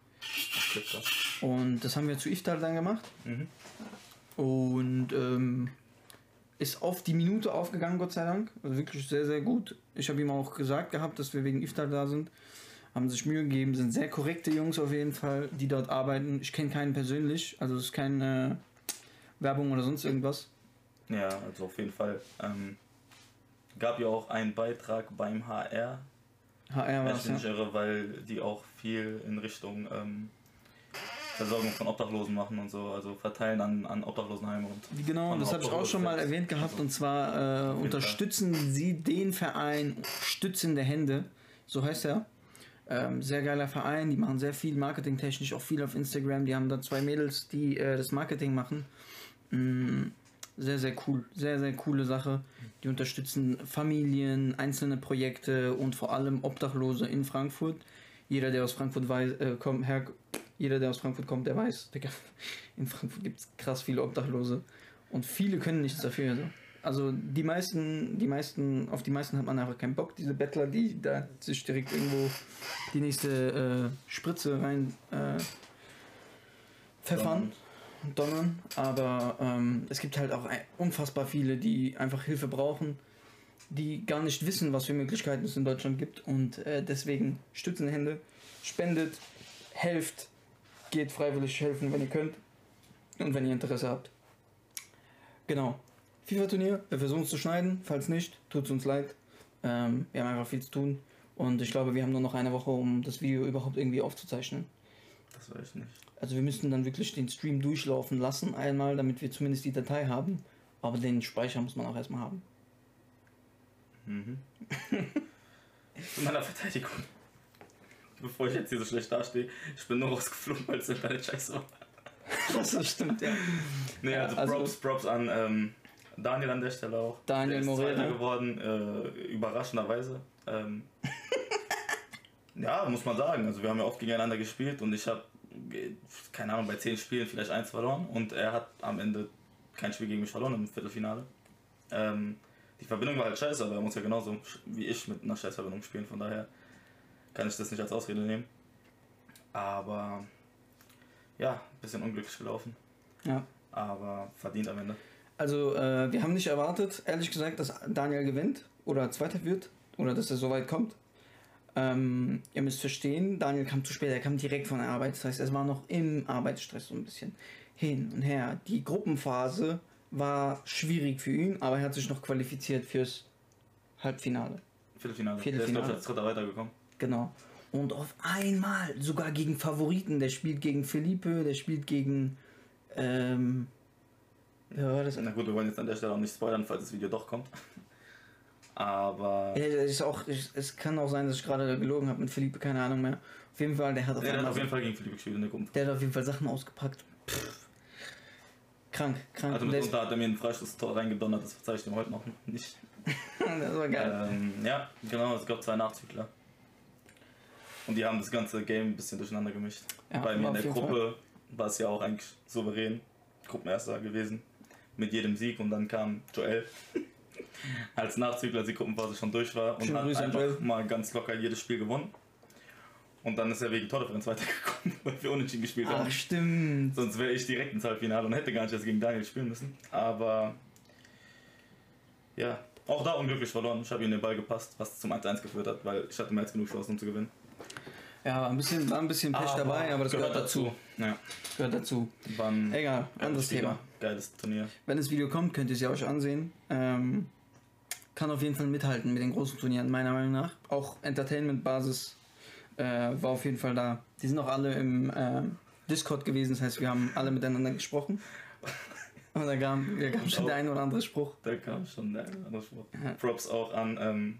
Und das haben wir zu Iftar dann gemacht. Mhm. Und ähm, ist auf die Minute aufgegangen, Gott sei Dank. Also wirklich sehr, sehr gut. Ich habe ihm auch gesagt gehabt, dass wir wegen Iftar da sind. Haben sich Mühe gegeben, sind sehr korrekte Jungs auf jeden Fall, die dort arbeiten. Ich kenne keinen persönlich, also es ist keine Werbung oder sonst irgendwas. Ja, also auf jeden Fall. Ähm, gab ja auch einen Beitrag beim H R. H R war es, ja. Irre, weil die auch viel in Richtung ähm, Versorgung von Obdachlosen machen und so, also verteilen an, an Obdachlosenheime. Und genau, das habe ich auch schon mal erwähnt gehabt, also, und zwar äh, unterstützen Fall. Sie den Verein Stützende Hände, so heißt er. Ähm, sehr geiler Verein, die machen sehr viel marketingtechnisch, auch viel auf Instagram, die haben da zwei Mädels, die äh, das Marketing machen. Mm, sehr, sehr cool, sehr, sehr coole Sache. Die unterstützen Familien, einzelne Projekte und vor allem Obdachlose in Frankfurt. Jeder, der aus Frankfurt weiß, äh, kommt, her, jeder, der aus Frankfurt kommt, der weiß, Digga, in Frankfurt gibt es krass viele Obdachlose und viele können nichts dafür. Also, also die meisten, die meisten, auf die meisten hat man einfach keinen Bock. Diese Bettler, die da sich direkt irgendwo die nächste äh, Spritze rein äh, pfeffern, donnern. Aber ähm, es gibt halt auch unfassbar viele, die einfach Hilfe brauchen, die gar nicht wissen, was für Möglichkeiten es in Deutschland gibt und äh, deswegen stützende Hände, spendet, helft, geht freiwillig helfen, wenn ihr könnt und wenn ihr Interesse habt. Genau. FIFA-Turnier, wir versuchen es zu schneiden, falls nicht, tut es uns leid. Ähm, wir haben einfach viel zu tun und ich glaube, wir haben nur noch eine Woche, um das Video überhaupt irgendwie aufzuzeichnen. Das weiß ich nicht. Also wir müssten dann wirklich den Stream durchlaufen lassen einmal, damit wir zumindest die Datei haben, aber den Speicher muss man auch erstmal haben. Mhm. In meiner Verteidigung, bevor ich jetzt hier so schlecht dastehe, ich bin nur rausgeflogen, weil es Internet scheiße war. Das stimmt, ja. Nee, also, also Props, Props an ähm, Daniel an der Stelle auch. Daniel der ist Moreno geworden, äh, überraschenderweise. Ähm, Ja, muss man sagen. Also wir haben ja oft gegeneinander gespielt und ich habe, keine Ahnung, bei zehn Spielen vielleicht eins verloren und er hat am Ende kein Spiel gegen mich verloren im Viertelfinale. Ähm, die Verbindung war halt scheiße, aber er muss ja genauso wie ich mit einer Scheißverbindung spielen, von daher kann ich das nicht als Ausrede nehmen. Aber ja, ein bisschen unglücklich gelaufen. Ja. Aber verdient am Ende. Also äh, wir haben nicht erwartet, ehrlich gesagt, dass Daniel gewinnt oder Zweiter wird oder dass er so weit kommt. Ähm, ihr müsst verstehen, Daniel kam zu spät, er kam direkt von der Arbeit, das heißt, es war noch im Arbeitsstress so ein bisschen hin und her. Die Gruppenphase war schwierig für ihn, aber er hat sich noch qualifiziert fürs Halbfinale. Viertelfinale. Viertelfinale. Der ist, glaube ich, als Dritter weitergekommen. Genau. Und auf einmal sogar gegen Favoriten. Der spielt gegen Felipe, der spielt gegen. Ähm, wer war das? Na gut, wir wollen jetzt an der Stelle auch nicht spoilern, falls das Video doch kommt. Aber. Ja, es, ist auch, es kann auch sein, dass ich gerade gelogen habe mit Felipe, keine Ahnung mehr. Auf jeden Fall, der hat auf, Der hat einmal auf jeden Fall gegen Felipe gespielt in der Gruppe. Der hat auf jeden Fall Sachen ausgepackt. Pff. Krank, krank. Also mitunter hat er mir ein Freistoßtor reingedonnert, das verzeihe ich ihm heute noch nicht. Das war geil. Ähm, ja, genau, es gab zwei Nachzügler. Und die haben das ganze Game ein bisschen durcheinander gemischt. Ja, Bei mir in auf der jeden Gruppe war es ja auch eigentlich souverän. Gruppenerster gewesen. Mit jedem Sieg und dann kam Joel als Nachzügler, als die Gruppenphase schon durch war und Schöne hat Grüße an einfach Joel. mal ganz locker jedes Spiel gewonnen. Und dann ist er wegen Tordifferenz weitergekommen, weil wir unentschieden gespielt haben. Ach, stimmt. Sonst wäre ich direkt ins Halbfinale und hätte gar nicht erst gegen Daniel spielen müssen. Aber ja, auch da unglücklich verloren. Ich habe ihm den Ball gepasst, was zum eins eins geführt hat, weil ich hatte mehr als genug Chancen, um zu gewinnen. Ja, war ein bisschen, war ein bisschen Pech Aber dabei, aber das gehört, dazu. Ja, Gehört dazu. war ein Egal, anderes Thema. Geiles Turnier. Wenn das Video kommt, könnt ihr es ja euch ansehen. Ähm, kann auf jeden Fall mithalten mit den großen Turnieren, meiner Meinung nach. Auch Entertainment-Basis äh, war auf jeden Fall da. Die sind auch alle im äh, Discord gewesen, das heißt, wir haben alle miteinander gesprochen. Und da kam, da kam schon der ein oder andere Spruch. Da kam schon der ein oder andere Spruch. Ja. Props auch an, ähm,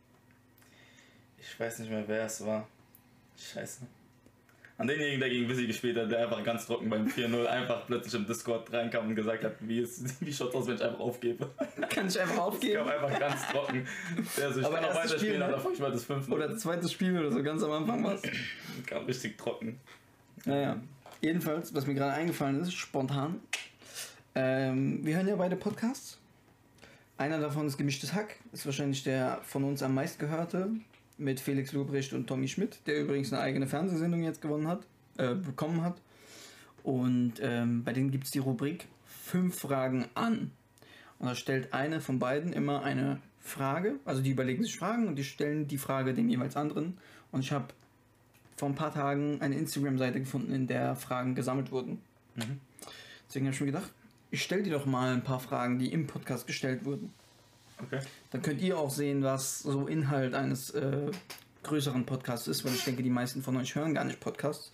ich weiß nicht mehr, wer es war. Scheiße. An denjenigen, der gegen Visi gespielt hat, der einfach ganz trocken beim vier null einfach plötzlich im Discord reinkam und gesagt hat, wie, ist, wie schaut's aus, wenn ich einfach aufgebe. Kann ich einfach Das aufgeben? kam einfach ganz trocken. Der so, ich Aber kann noch erstes weiter Spiel, spielen, ne? aber davor ich mal das fünf null. Oder das zweite Spiel oder so, ganz am Anfang was. Kam richtig trocken. Naja, jedenfalls, was mir gerade eingefallen ist, spontan. Ähm, wir hören ja beide Podcasts. Einer davon ist Gemischtes Hack, ist wahrscheinlich der von uns am meist gehörte, mit Felix Lobrecht und Tommy Schmidt, der übrigens eine eigene Fernsehsendung jetzt gewonnen hat, äh, bekommen hat. Und ähm, bei denen gibt es die Rubrik fünf Fragen an. Und da stellt eine von beiden immer eine Frage, also die überlegen sich Fragen und die stellen die Frage dem jeweils anderen. Und ich habe vor ein paar Tagen eine Instagram-Seite gefunden, in der Fragen gesammelt wurden. Mhm. Deswegen habe ich mir gedacht, ich stelle dir doch mal ein paar Fragen, die im Podcast gestellt wurden. Okay. Dann könnt ihr auch sehen, was so Inhalt eines äh, größeren Podcasts ist, weil ich denke, die meisten von euch hören gar nicht Podcasts.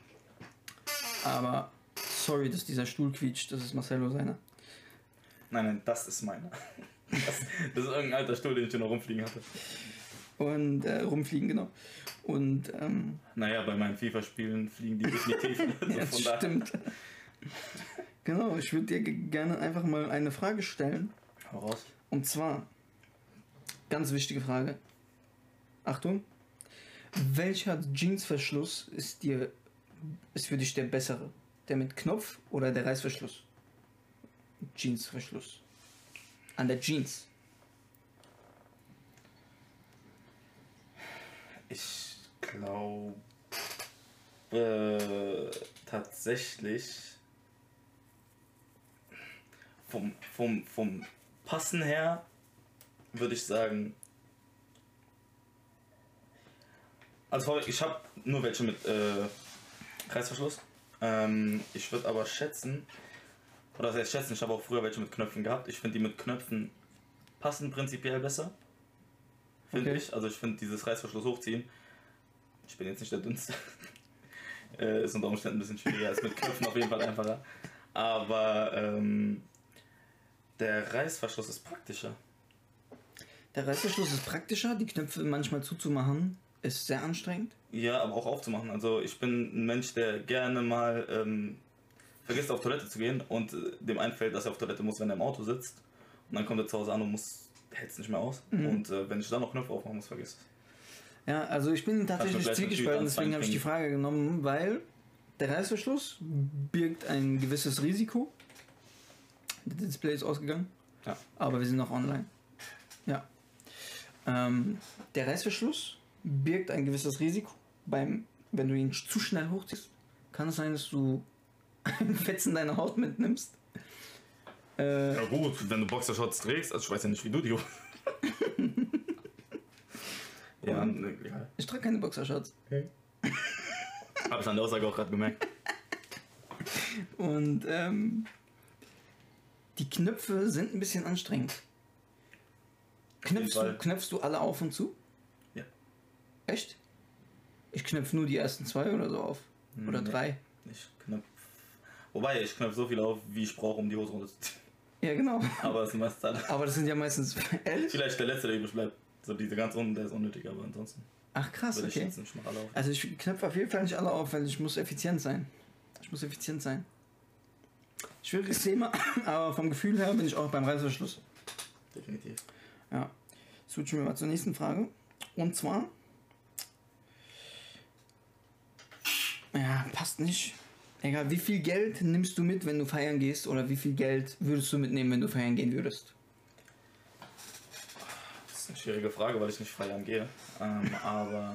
Aber sorry, dass dieser Stuhl quietscht, das ist Marcelo seiner. Nein, nein, das ist meiner. Das, das ist irgendein alter Stuhl, den ich hier noch rumfliegen hatte. Und äh, rumfliegen, genau. Und ähm, Naja, bei meinen FIFA-Spielen fliegen die definitiv. Also ja, von das stimmt. Genau, ich würde dir ge- gerne einfach mal eine Frage stellen. Hau raus. Und zwar, ganz wichtige Frage. Achtung. Welcher Jeansverschluss ist dir ist für dich der bessere? Der mit Knopf oder der Reißverschluss? Jeansverschluss. An der Jeans. Ich glaube äh, tatsächlich vom, vom, vom Passen her würde ich sagen, also vorweg, ich habe nur welche mit äh, Reißverschluss. Ähm, ich würde aber schätzen, oder das heißt schätzen, ich habe auch früher welche mit Knöpfen gehabt. Ich finde die mit Knöpfen passen prinzipiell besser. Finde Okay. ich. Also ich finde dieses Reißverschluss hochziehen. Ich bin jetzt nicht der Dünnste. äh, ist unter Umständen ein bisschen schwieriger, ist mit Knöpfen auf jeden Fall einfacher. Aber ähm, der Reißverschluss ist praktischer. Der Reißverschluss ist praktischer, die Knöpfe manchmal zuzumachen ist sehr anstrengend. Ja, aber auch aufzumachen. Also ich bin ein Mensch, der gerne mal ähm, vergisst auf Toilette zu gehen und äh, dem einfällt, dass er auf Toilette muss, wenn er im Auto sitzt. Und dann kommt er zu Hause an und muss, hält es nicht mehr aus. Mhm. Und äh, wenn ich dann noch Knöpfe aufmachen muss, vergiss es. Ja, also ich bin tatsächlich gleich zwiegespalten, natürlich deswegen habe ich die anfangen. Frage genommen, weil der Reißverschluss birgt ein gewisses Risiko. Das Display ist ausgegangen, Ja. aber wir sind noch online. Ja. Ähm, der Reißverschluss birgt ein gewisses Risiko. Beim, wenn du ihn zu schnell hochziehst, kann es sein, dass du einen Fetzen deiner Haut mitnimmst. Äh, Ja gut, wenn du Boxershorts trägst, also ich weiß ja nicht, wie du die... ja, ne, ja. ich trage keine Boxershorts. Okay. Hab ich an der Aussage auch gerade gemerkt. Und ähm, die Knöpfe sind ein bisschen anstrengend. Knöpfst du, knöpfst du alle auf und zu? Ja. Echt? Ich knöpfe nur die ersten zwei oder so auf. Oder Nee. drei. Ich knöpf. Wobei, ich knöpf so viel auf, wie ich brauche, um die Hose runterzuziehen. Ja, genau. Aber das sind meistens alle. Aber das sind ja meistens elf. Vielleicht der letzte, der übrig bleibt. So diese ganz unten, der ist unnötig, aber ansonsten Ach krass, würde ich okay. jetzt nicht mal alle auf. Also ich knöpfe auf jeden Fall nicht alle auf, weil ich muss effizient sein. Ich muss effizient sein. Schwieriges Thema, aber vom Gefühl her bin ich auch beim Reißverschluss. Definitiv. Ja. Switchen wir mal zur nächsten Frage. Und zwar... Ja, passt nicht. Egal, wie viel Geld nimmst du mit, wenn du feiern gehst? Oder wie viel Geld würdest du mitnehmen, wenn du feiern gehen würdest? Das ist eine schwierige Frage, weil ich nicht feiern gehe. Ähm, aber...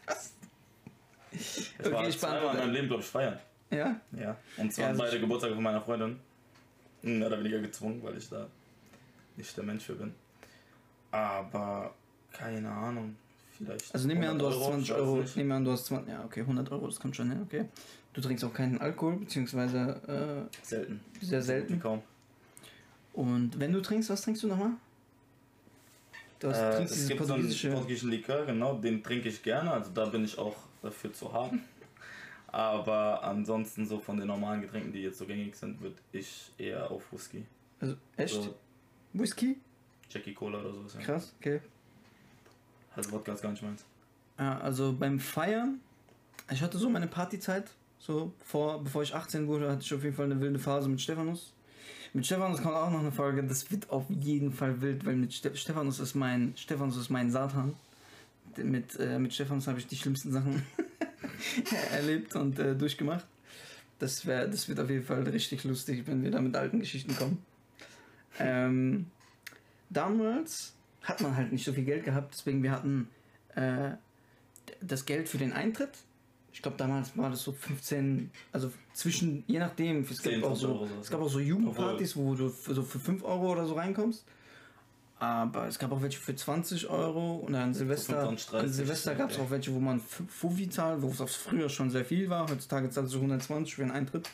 Ich Okay, war ich zweimal in beantworte. meinem Leben, glaube ich, feiern. Ja? Ja. Und zwar Ja, also beide ich- Geburtstage von meiner Freundin. Mehr oder weniger gezwungen, weil ich da nicht der Mensch für bin. Aber keine Ahnung. Vielleicht. Also nehmen wir an, du hast hundert zwanzig ich weiß Euro. nicht. Nehmen wir an, du hast zwanzig. Ja, okay, hundert Euro, das kommt schon hin, okay. Du trinkst auch keinen Alkohol, beziehungsweise Selten. äh, sehr selten. Kaum. Und wenn du trinkst, was trinkst du nochmal? Du hast, Äh, trinkst es dieses gibt so einen portugiesische. portugiesischen Likör, genau, den trinke ich gerne, also da bin ich auch dafür zu haben. Aber ansonsten so von den normalen Getränken, die jetzt so gängig sind, würde ich eher auf Whisky. Also, echt? So Whisky? Jackie Cola oder sowas. Ja. Krass, okay. Halt Wodka ist gar nicht meins. Ja, also beim Feiern, ich hatte so meine Partyzeit, so vor, bevor ich achtzehn wurde, hatte ich auf jeden Fall eine wilde Phase mit Stephanus. Mit Stephanus kommt auch noch eine Folge, das wird auf jeden Fall wild, weil mit Ste Stephanus ist mein, Stephanus ist mein Satan. Mit, äh, mit Stephanus habe ich die schlimmsten Sachen erlebt und äh, durchgemacht. Das, wär, das wird auf jeden Fall richtig lustig, wenn wir da mit alten Geschichten kommen. Ähm, damals hat man halt nicht so viel Geld gehabt, deswegen wir hatten äh, das Geld für den Eintritt. Ich glaube damals war das so fünfzehn, also zwischen, je nachdem, es gab, auch so, es gab auch so Jugendpartys, wo du für, so für fünf Euro oder so reinkommst. Aber es gab auch welche für zwanzig Euro und an Silvester, fünfundzwanzig, an Silvester gab es okay. auch welche, wo man Fuffi zahlt, wo es auch früher schon sehr viel war. Heutzutage zahlt so hundertzwanzig für einen Eintritt.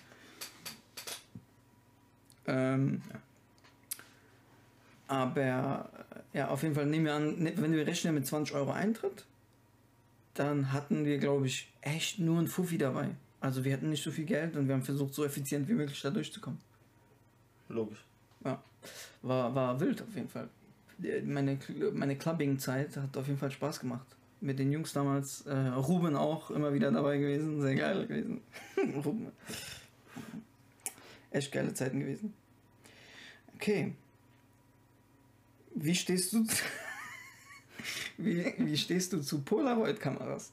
Ähm, Ja. Aber ja, auf jeden Fall nehmen wir an, ne- wenn wir rechnen mit zwanzig Euro Eintritt, dann hatten wir, glaube ich, echt nur ein Fuffi dabei. Also wir hatten nicht so viel Geld und wir haben versucht, so effizient wie möglich da durchzukommen. Logisch. Ja, war, war wild auf jeden Fall. Meine, meine Clubbing-Zeit hat auf jeden Fall Spaß gemacht. Mit den Jungs damals, äh, Ruben auch immer wieder dabei gewesen, sehr geil gewesen. Ruben. Echt geile Zeiten gewesen. Okay. Wie stehst du zu, wie, wie stehst du zu Polaroid-Kameras?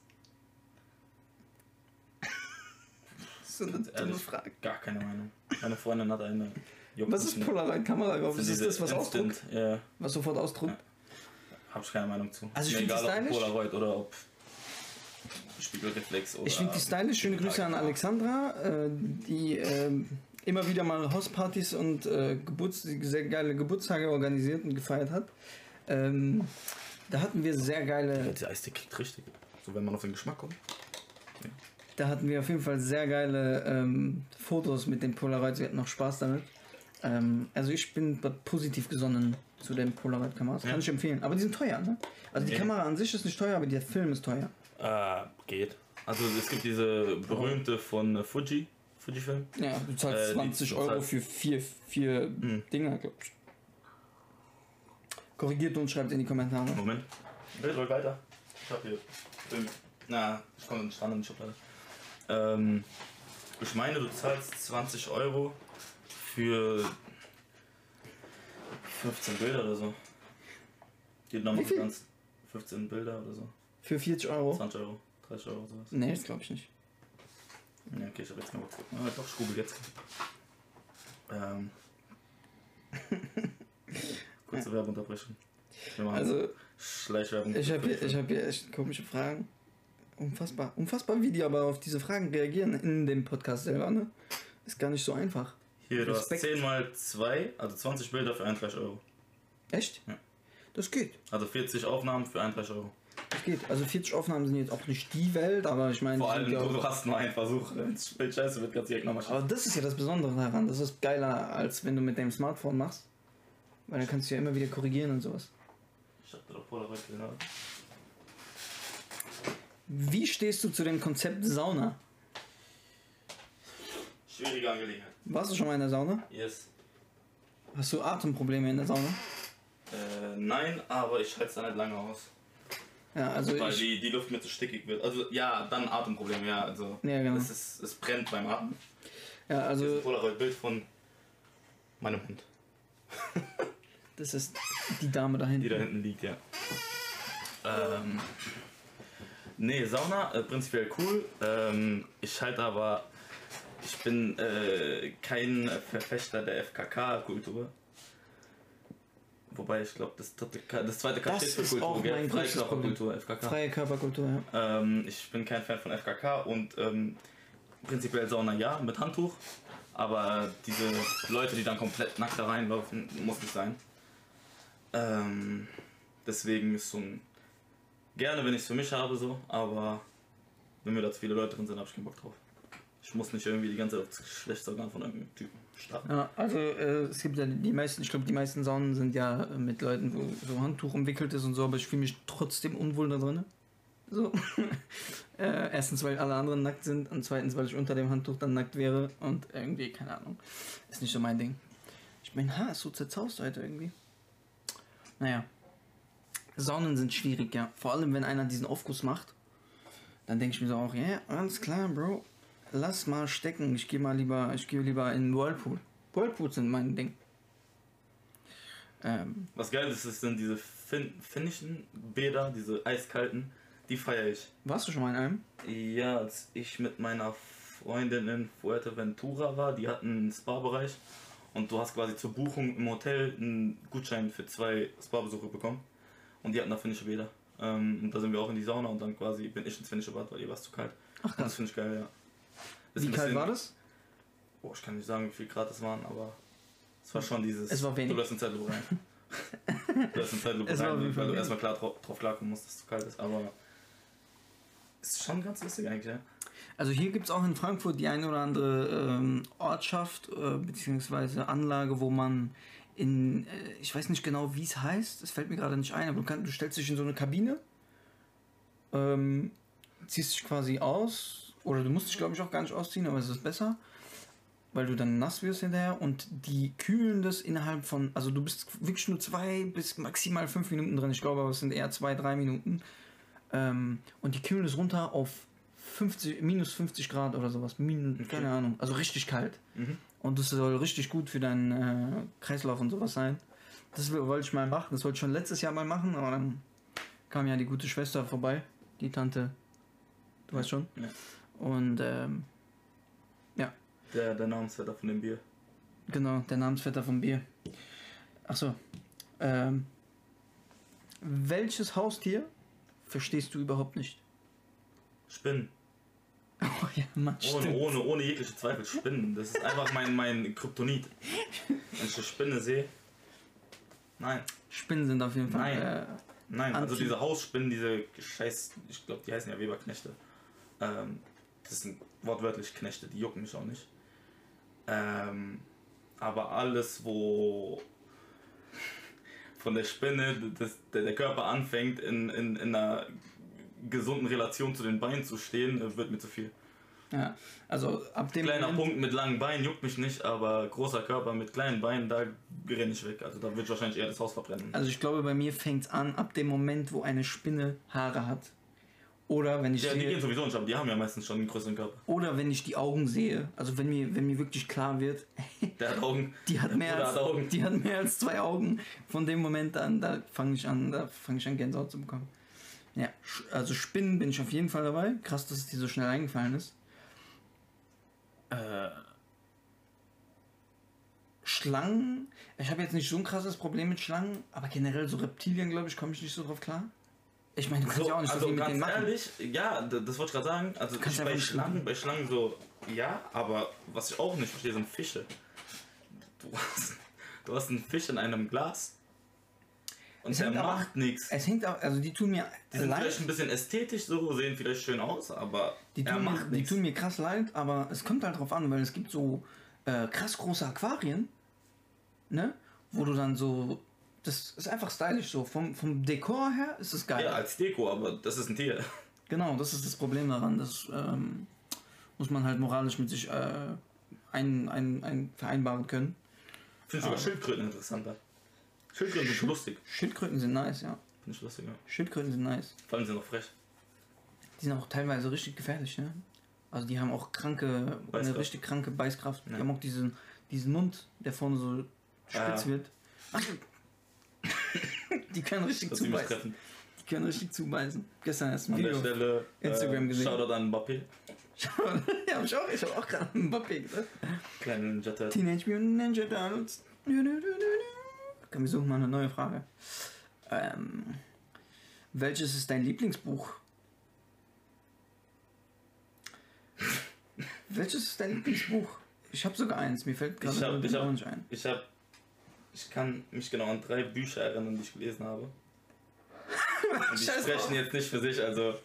So eine dumme Ehrlich, Frage. Gar keine Meinung. Meine Freundin hat eine. Juckt Was mich ist nicht. Polaroid-Kamera? Das Was sind ist diese das, was ausdruckt? Instant, ja, Was sofort ausdruckt? Ja. Hab ich keine Meinung zu. Also ich Mir find die egal, ob stylisch. Polaroid oder ob Spiegelreflex oder. Ich finde die stylisch. Schöne Grüße an Alexandra, äh, die äh, immer wieder mal Hauspartys und äh, Geburts sehr geile Geburtstage organisiert und gefeiert hat. Ähm, da hatten wir sehr geile, Der Eistee kickt richtig. So, wenn man auf den Geschmack kommt. da hatten wir auf jeden Fall sehr geile ähm, Fotos mit den Polaroids. Wir hatten noch Spaß damit. Ähm, also ich bin positiv gesonnen zu den Polaroid-Kameras. Kann Ja. ich empfehlen. Aber die sind teuer, ne? Also die Ja. Kamera an sich ist nicht teuer, aber der Film ist teuer. Äh, geht. Also es gibt diese berühmte von äh, Fuji, Fujifilm. Ja, du zahlst Äh, die- zwanzig du Euro zahlst- für vier, vier Hm. Dinger, glaub ich. Korrigiert und schreibt in die Kommentare. Moment. Red ruhig weiter. Ich hab hier Film. Na, ich komme nicht ran in die Schublade. Ähm, ich meine, du zahlst zwanzig Euro für fünfzehn Bilder oder so. Geht nochmal Wie viel? ganz fünfzehn Bilder oder so. Für vierzig Euro? zwanzig Euro, dreißig Euro sowas. Nee, das glaube ich nicht. Ja, okay, ich habe jetzt keinen Bock zu gucken. Ah, doch, ich google jetzt. Ähm. Kurze Werbeunterbrechung. Wir machen Also, Schleichwerbung. ich habe hier, ich hab hier echt komische Fragen. Unfassbar. Unfassbar, wie die aber auf diese Fragen reagieren in dem Podcast selber, ne? Ist gar nicht so einfach. Hier, du hast zehn mal zwei, also zwanzig Bilder für einunddreißig Euro. Echt? Ja. Das geht. Also vierzig Aufnahmen für einunddreißig Euro. Das geht. Also vierzig Aufnahmen sind jetzt auch nicht die Welt, aber ich meine... Vor die allem, sind ja du, auch- du hast nur einen Versuch. Wenn das Bild scheiße wird, kannst du direkt nochmal Aber das ist ja das Besondere daran. Das ist geiler, als wenn du mit deinem Smartphone machst. Weil dann kannst du ja immer wieder korrigieren und sowas. Ich hab da doch Polaroid genau. Wie stehst du zu dem Konzept Sauna? Schwierige Angelegenheit. Warst du schon mal in der Sauna? Yes. Hast du Atemprobleme in der Sauna? Äh, nein, aber ich halte es da nicht lange aus. Ja, also Weil ich... die, die Luft mir zu stickig wird. Also ja, dann Atemprobleme, ja. Also Ja, genau. es, ist, es brennt beim Atmen. Ja, Das ist also ein Polaroid-Bild von meinem Hund, das ist die Dame da hinten. die da hinten liegt, ja. Ähm, nee, Sauna, äh, prinzipiell cool. Ähm, ich halte aber, ich bin äh, kein Verfechter der F K K-Kultur. Wobei ich glaube, das, dritte K- das zweite K Das steht für ist Kultur, auch gell? mein größtes Freikörperkultur, F K K. Freie Körperkultur, ja. Ähm, ich bin kein Fan von F K K und ähm, prinzipiell Sauna ja, mit Handtuch. Aber diese Leute, die dann komplett nackt da reinlaufen, muss nicht sein. Ähm, deswegen ist so ein... Gerne, wenn ich es für mich habe, so, aber wenn mir da zu viele Leute drin sind, habe ich keinen Bock drauf. Ich muss nicht irgendwie die ganze Zeit auf das Geschlechtsorgan von irgendeinem Typen starten. Ja, also äh, es gibt ja die meisten, ich glaube die meisten Saunen sind ja äh, mit Leuten, wo so Handtuch umwickelt ist und so, aber ich fühle mich trotzdem unwohl da drin. So. äh, erstens, weil alle anderen nackt sind und zweitens, weil ich unter dem Handtuch dann nackt wäre und irgendwie, keine Ahnung, ist nicht so mein Ding. Ich mein Haar ist so zerzaust heute irgendwie. Naja. Saunen sind schwierig, ja. Vor allem, wenn einer diesen Aufguss macht, dann denke ich mir so auch, ja, yeah, alles klar, Bro. Lass mal stecken. Ich gehe mal lieber, ich gehe lieber in den Whirlpool. Whirlpools sind mein Ding. Ähm, Was geil ist, ist sind diese fin finnischen Bäder, diese eiskalten, die feiere ich. warst du schon mal in einem? Ja, als ich mit meiner Freundin in Fuerteventura war, die hatten einen Spa-Bereich und du hast quasi zur Buchung im Hotel einen Gutschein für zwei Spa-Besuche bekommen und die hatten da finnische Bäder. Ähm, und da sind wir auch in die Sauna und dann quasi bin ich ins finnische Bad, weil ihr war zu kalt. Ach Und das krass. finde ich geil, ja. Ist Wie ein kalt bisschen- war das? Oh, ich kann nicht sagen, wie viel Grad es waren, aber es war schon dieses... Es war wenig. Du lässt eine Zeitlupe rein. Du lässt eine Zeitlupe Es war auf jeden rein, Fall weil du wenig. erstmal klar drauf, drauf klarkommen musst, dass es zu kalt ist, aber... Ist schon ganz lustig eigentlich, ja. Also hier gibt es auch in Frankfurt die eine oder andere ähm, Ortschaft äh, beziehungsweise Anlage, wo man in, äh, ich weiß nicht genau wie es heißt, es fällt mir gerade nicht ein, aber du, kann, du stellst dich in so eine Kabine, ähm, ziehst dich quasi aus, oder du musst dich glaube ich auch gar nicht ausziehen, aber es ist besser, weil du dann nass wirst hinterher und die kühlen das innerhalb von, also du bist wirklich nur zwei bis maximal fünf Minuten drin, ich glaube aber es sind eher zwei, drei Minuten ähm, und die kühlen das runter auf fünfzig, minus fünfzig Grad oder sowas, Min, Okay. keine Ahnung, also richtig kalt. Mhm. Und das soll richtig gut für deinen äh, Kreislauf und sowas sein. Das will- wollte ich mal machen, das wollte ich schon letztes Jahr mal machen, aber dann kam ja die gute Schwester vorbei, die Tante, du weißt schon. Ja. Und ähm, Der, der Namensvetter von dem Bier. genau, der Namensvetter vom Bier. Achso. Ähm, welches Haustier verstehst du überhaupt nicht? Spinnen. Oh ja, Mann, Ohne, stimmt. ohne, ohne jegliche Zweifel. Spinnen. Das ist einfach mein, mein Kryptonit. Wenn ich eine Spinne sehe. Nein. Spinnen sind auf jeden Fall. Nein. Äh, Nein, also Anti- diese Hausspinnen, diese scheiß, ich glaube, die heißen ja Weberknechte. Ähm, das sind wortwörtlich Knechte, die jucken mich auch nicht. Ähm, aber alles, wo von der Spinne das, der, der Körper anfängt, in, in, in einer gesunden Relation zu den Beinen zu stehen, äh, wird mir zu viel. ja, also ab dem Kleiner Moment, Punkt mit langen Beinen juckt mich nicht, aber großer Körper mit kleinen Beinen, da renne ich weg. Also da wird wahrscheinlich eher das Haus verbrennen. also ich glaube, bei mir fängt es an, ab dem Moment, wo eine Spinne Haare hat. Oder wenn ich Ja, die sehe, gehen sowieso nicht, aber die haben ja meistens schon einen größeren Körper. oder wenn ich die Augen sehe, also wenn mir, wenn mir wirklich klar wird, Der hat Augen. die hat Der mehr Bruder als, hat Augen. die hat mehr als zwei Augen. Von dem Moment an, da fange ich an, da fange ich an Gänsehaut zu bekommen. Ja, also Spinnen bin ich auf jeden Fall dabei. Krass, dass es dir so schnell eingefallen ist. Äh, Schlangen. Ich habe jetzt nicht so ein krasses Problem mit Schlangen, aber generell so Reptilien, glaube ich, komme ich nicht so drauf klar. Ich meine, du kannst So, ja auch nicht so also viel mit denen ganz machen. ehrlich, ja, d- das wollte ich gerade sagen. Also kannst ich, bei einfach nicht Schlangen, machen. bei Schlangen so, ja, aber was ich auch nicht verstehe, sind Fische. Du hast, du hast einen Fisch in einem Glas und Es der hängt aber- macht nichts. Es hängt auch, also die tun mir Die sind leid. vielleicht ein bisschen ästhetisch so, sehen vielleicht schön aus, aber Die er tun, mir, macht die nichts. tun mir krass leid, aber es kommt halt drauf an, weil es gibt so äh, krass große Aquarien, ne? Wo du dann so. Das ist einfach stylisch so. Vom, vom Dekor her ist es geil. Ja, als Deko, aber das ist ein Tier. Genau, das ist das Problem daran. Das ähm, muss man halt moralisch mit sich äh, ein, ein, ein vereinbaren können. Finde ich sogar Schildkröten interessanter. Schildkröten sind lustig. Schildkröten sind nice, ja. Finde ich lustig, ja. Schildkröten sind nice. Vor allem sind noch frech. Die sind auch teilweise richtig gefährlich, ne? Also die haben auch kranke, eine Beißkraft. richtig kranke Beißkraft. Ja. Die haben auch diesen, diesen Mund, der vorne so spitz Ah. wird. Die können richtig Dass sie mich zubeißen. treffen. Die können richtig zubeißen. Gestern erst ein An der Video. Stelle Instagram äh, gesehen. Shoutout an Mbappé. Ja, hab ich auch. Ich hab auch gerade einen Mbappé gesagt. Kleinen Ninja. Teenage Mutant Ninja Turtles. Komm, wir suchen mal eine neue Frage. Ähm, welches ist dein Lieblingsbuch? Welches ist dein Lieblingsbuch? Ich habe sogar eins. Mir fällt gerade Ich hab- nur ich der hab- Name nicht ein. Ich habe, ich kann mich genau an drei Bücher erinnern, die ich gelesen habe. Und die Scheiß sprechen drauf. jetzt nicht für sich, also.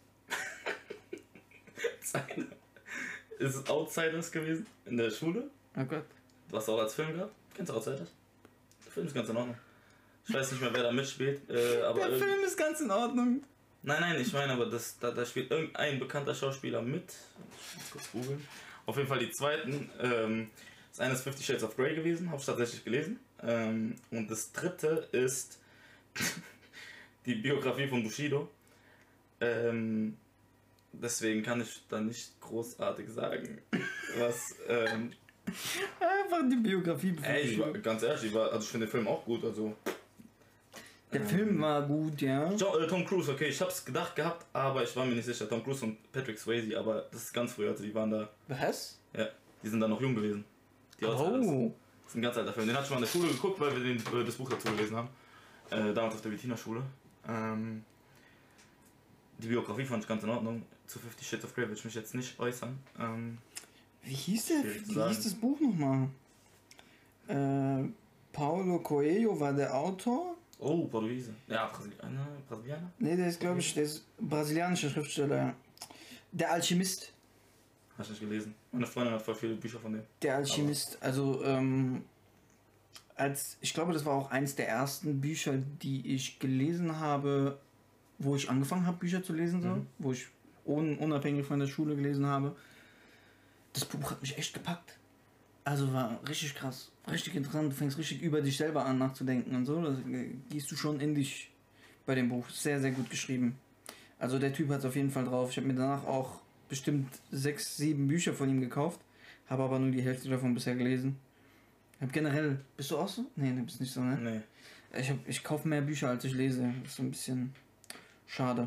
Das eine ist Outsiders gewesen in der Schule, Oh Gott. was es auch als Film gab. Kennst du Outsiders? Der Film ist ganz in Ordnung. Ich weiß nicht mehr, wer da mitspielt, äh, aber. Der irgend- Film ist ganz in Ordnung. Nein, nein, ich meine aber, das, da, da spielt irgendein bekannter Schauspieler mit. Ich muss kurz googeln. Auf jeden Fall die zweiten. Ähm, das eine ist Fifty Shades of Grey gewesen, habe ich tatsächlich gelesen. Ähm, und das dritte ist die Biografie von Bushido. Ähm, deswegen kann ich da nicht großartig sagen, was. Ähm, Einfach die Biografie. ey, ich war, ganz ehrlich, ich war, also ich finde den Film auch gut. Also, Der Film war gut, ja. Jo, äh, Tom Cruise, okay, ich hab's gedacht gehabt, aber ich war mir nicht sicher. Tom Cruise und Patrick Swayze, aber das ist ganz früh, also die waren da. Was? Ja, die sind dann noch jung gewesen. Die Outsiders. Oh. Das ist ein ganz alter Film. Den hatte ich mal in der Schule geguckt, weil wir den, äh, das Buch dazu gelesen haben. Äh, damals auf der Bettina-Schule. Ähm, die Biografie fand ich ganz in Ordnung. Zu Fifty Shades of Grey will ich mich jetzt nicht äußern. Ähm, Wie hieß der? Schwierig zu Wie sagen. hieß das Buch nochmal? Äh, Paulo Coelho war der Autor. oh, Portugiese. Ja, Brasilianer. Brasilianer? Ne, der ist, glaube ich, der ist brasilianischer Schriftsteller. Ja. Der Alchemist. Hast du nicht gelesen. Meine Freundin hat voll viele Bücher von dem. Der Alchemist. Also, ähm, als, ich glaube, das war auch eins der ersten Bücher, die ich gelesen habe, wo ich angefangen habe, Bücher zu lesen, so. Mhm. Wo ich un, unabhängig von der Schule gelesen habe. Das Buch hat mich echt gepackt. Also war richtig krass, richtig interessant. Du fängst richtig über dich selber an nachzudenken und so. Das äh, gehst du schon in dich bei dem Buch. Sehr, sehr gut geschrieben. Also der Typ hat es auf jeden Fall drauf. Ich habe mir danach auch bestimmt sechs, sieben Bücher von ihm gekauft. Habe aber nur die Hälfte davon bisher gelesen. Ich habe generell... Bist du auch so? Nee, du bist nicht so, ne? Nee. Ich, hab, ich kaufe mehr Bücher, als ich lese. Das ist so ein bisschen schade.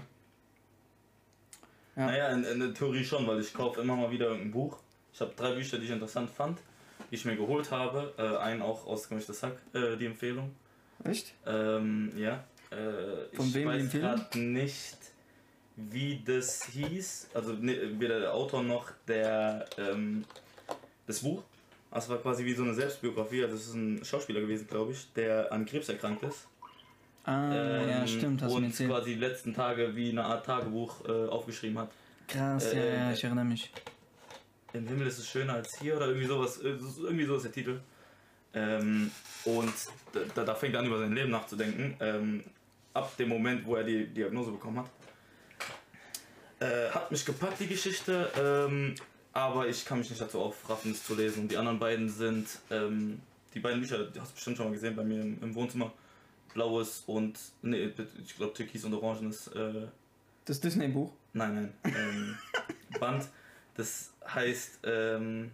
Ja. Naja, in, in der Theorie schon, weil ich kaufe immer mal wieder irgendein Buch. Ich habe drei Bücher, die ich interessant fand, die ich mir geholt habe. Äh, einen auch aus Gemischtes Hack, äh, die Empfehlung. Echt? Ähm, ja. Äh, Von ich wem die weiß Empfehlung? gerade nicht, wie das hieß. Also ne, weder der Autor noch der ähm, das Buch. Also es war quasi wie so eine Selbstbiografie. Also es ist ein Schauspieler gewesen, glaube ich, der an Krebs erkrankt ist. Ah, ja, Ähm, stimmt, hast du mir und erzählt. quasi die letzten Tage wie eine Art Tagebuch äh, aufgeschrieben hat. Krass, ja, Äh, ja, ich erinnere mich. Im Himmel ist es schöner als hier oder irgendwie sowas. äh, Irgendwie so ist der Titel. Ähm, und da, da fängt er an, über sein Leben nachzudenken. Ähm, ab dem Moment, wo er die Diagnose bekommen hat. Äh, hat mich gepackt, die Geschichte. Ähm, aber ich kann mich nicht dazu aufraffen, es zu lesen. Und die anderen beiden sind, ähm, die beiden Bücher, die hast du bestimmt schon mal gesehen bei mir im, im Wohnzimmer. Blaues und, nee, ich glaube Türkis und Orangenes. Äh, Das Disney-Buch? Nein, nein. Ähm, Band. Das heißt, ähm,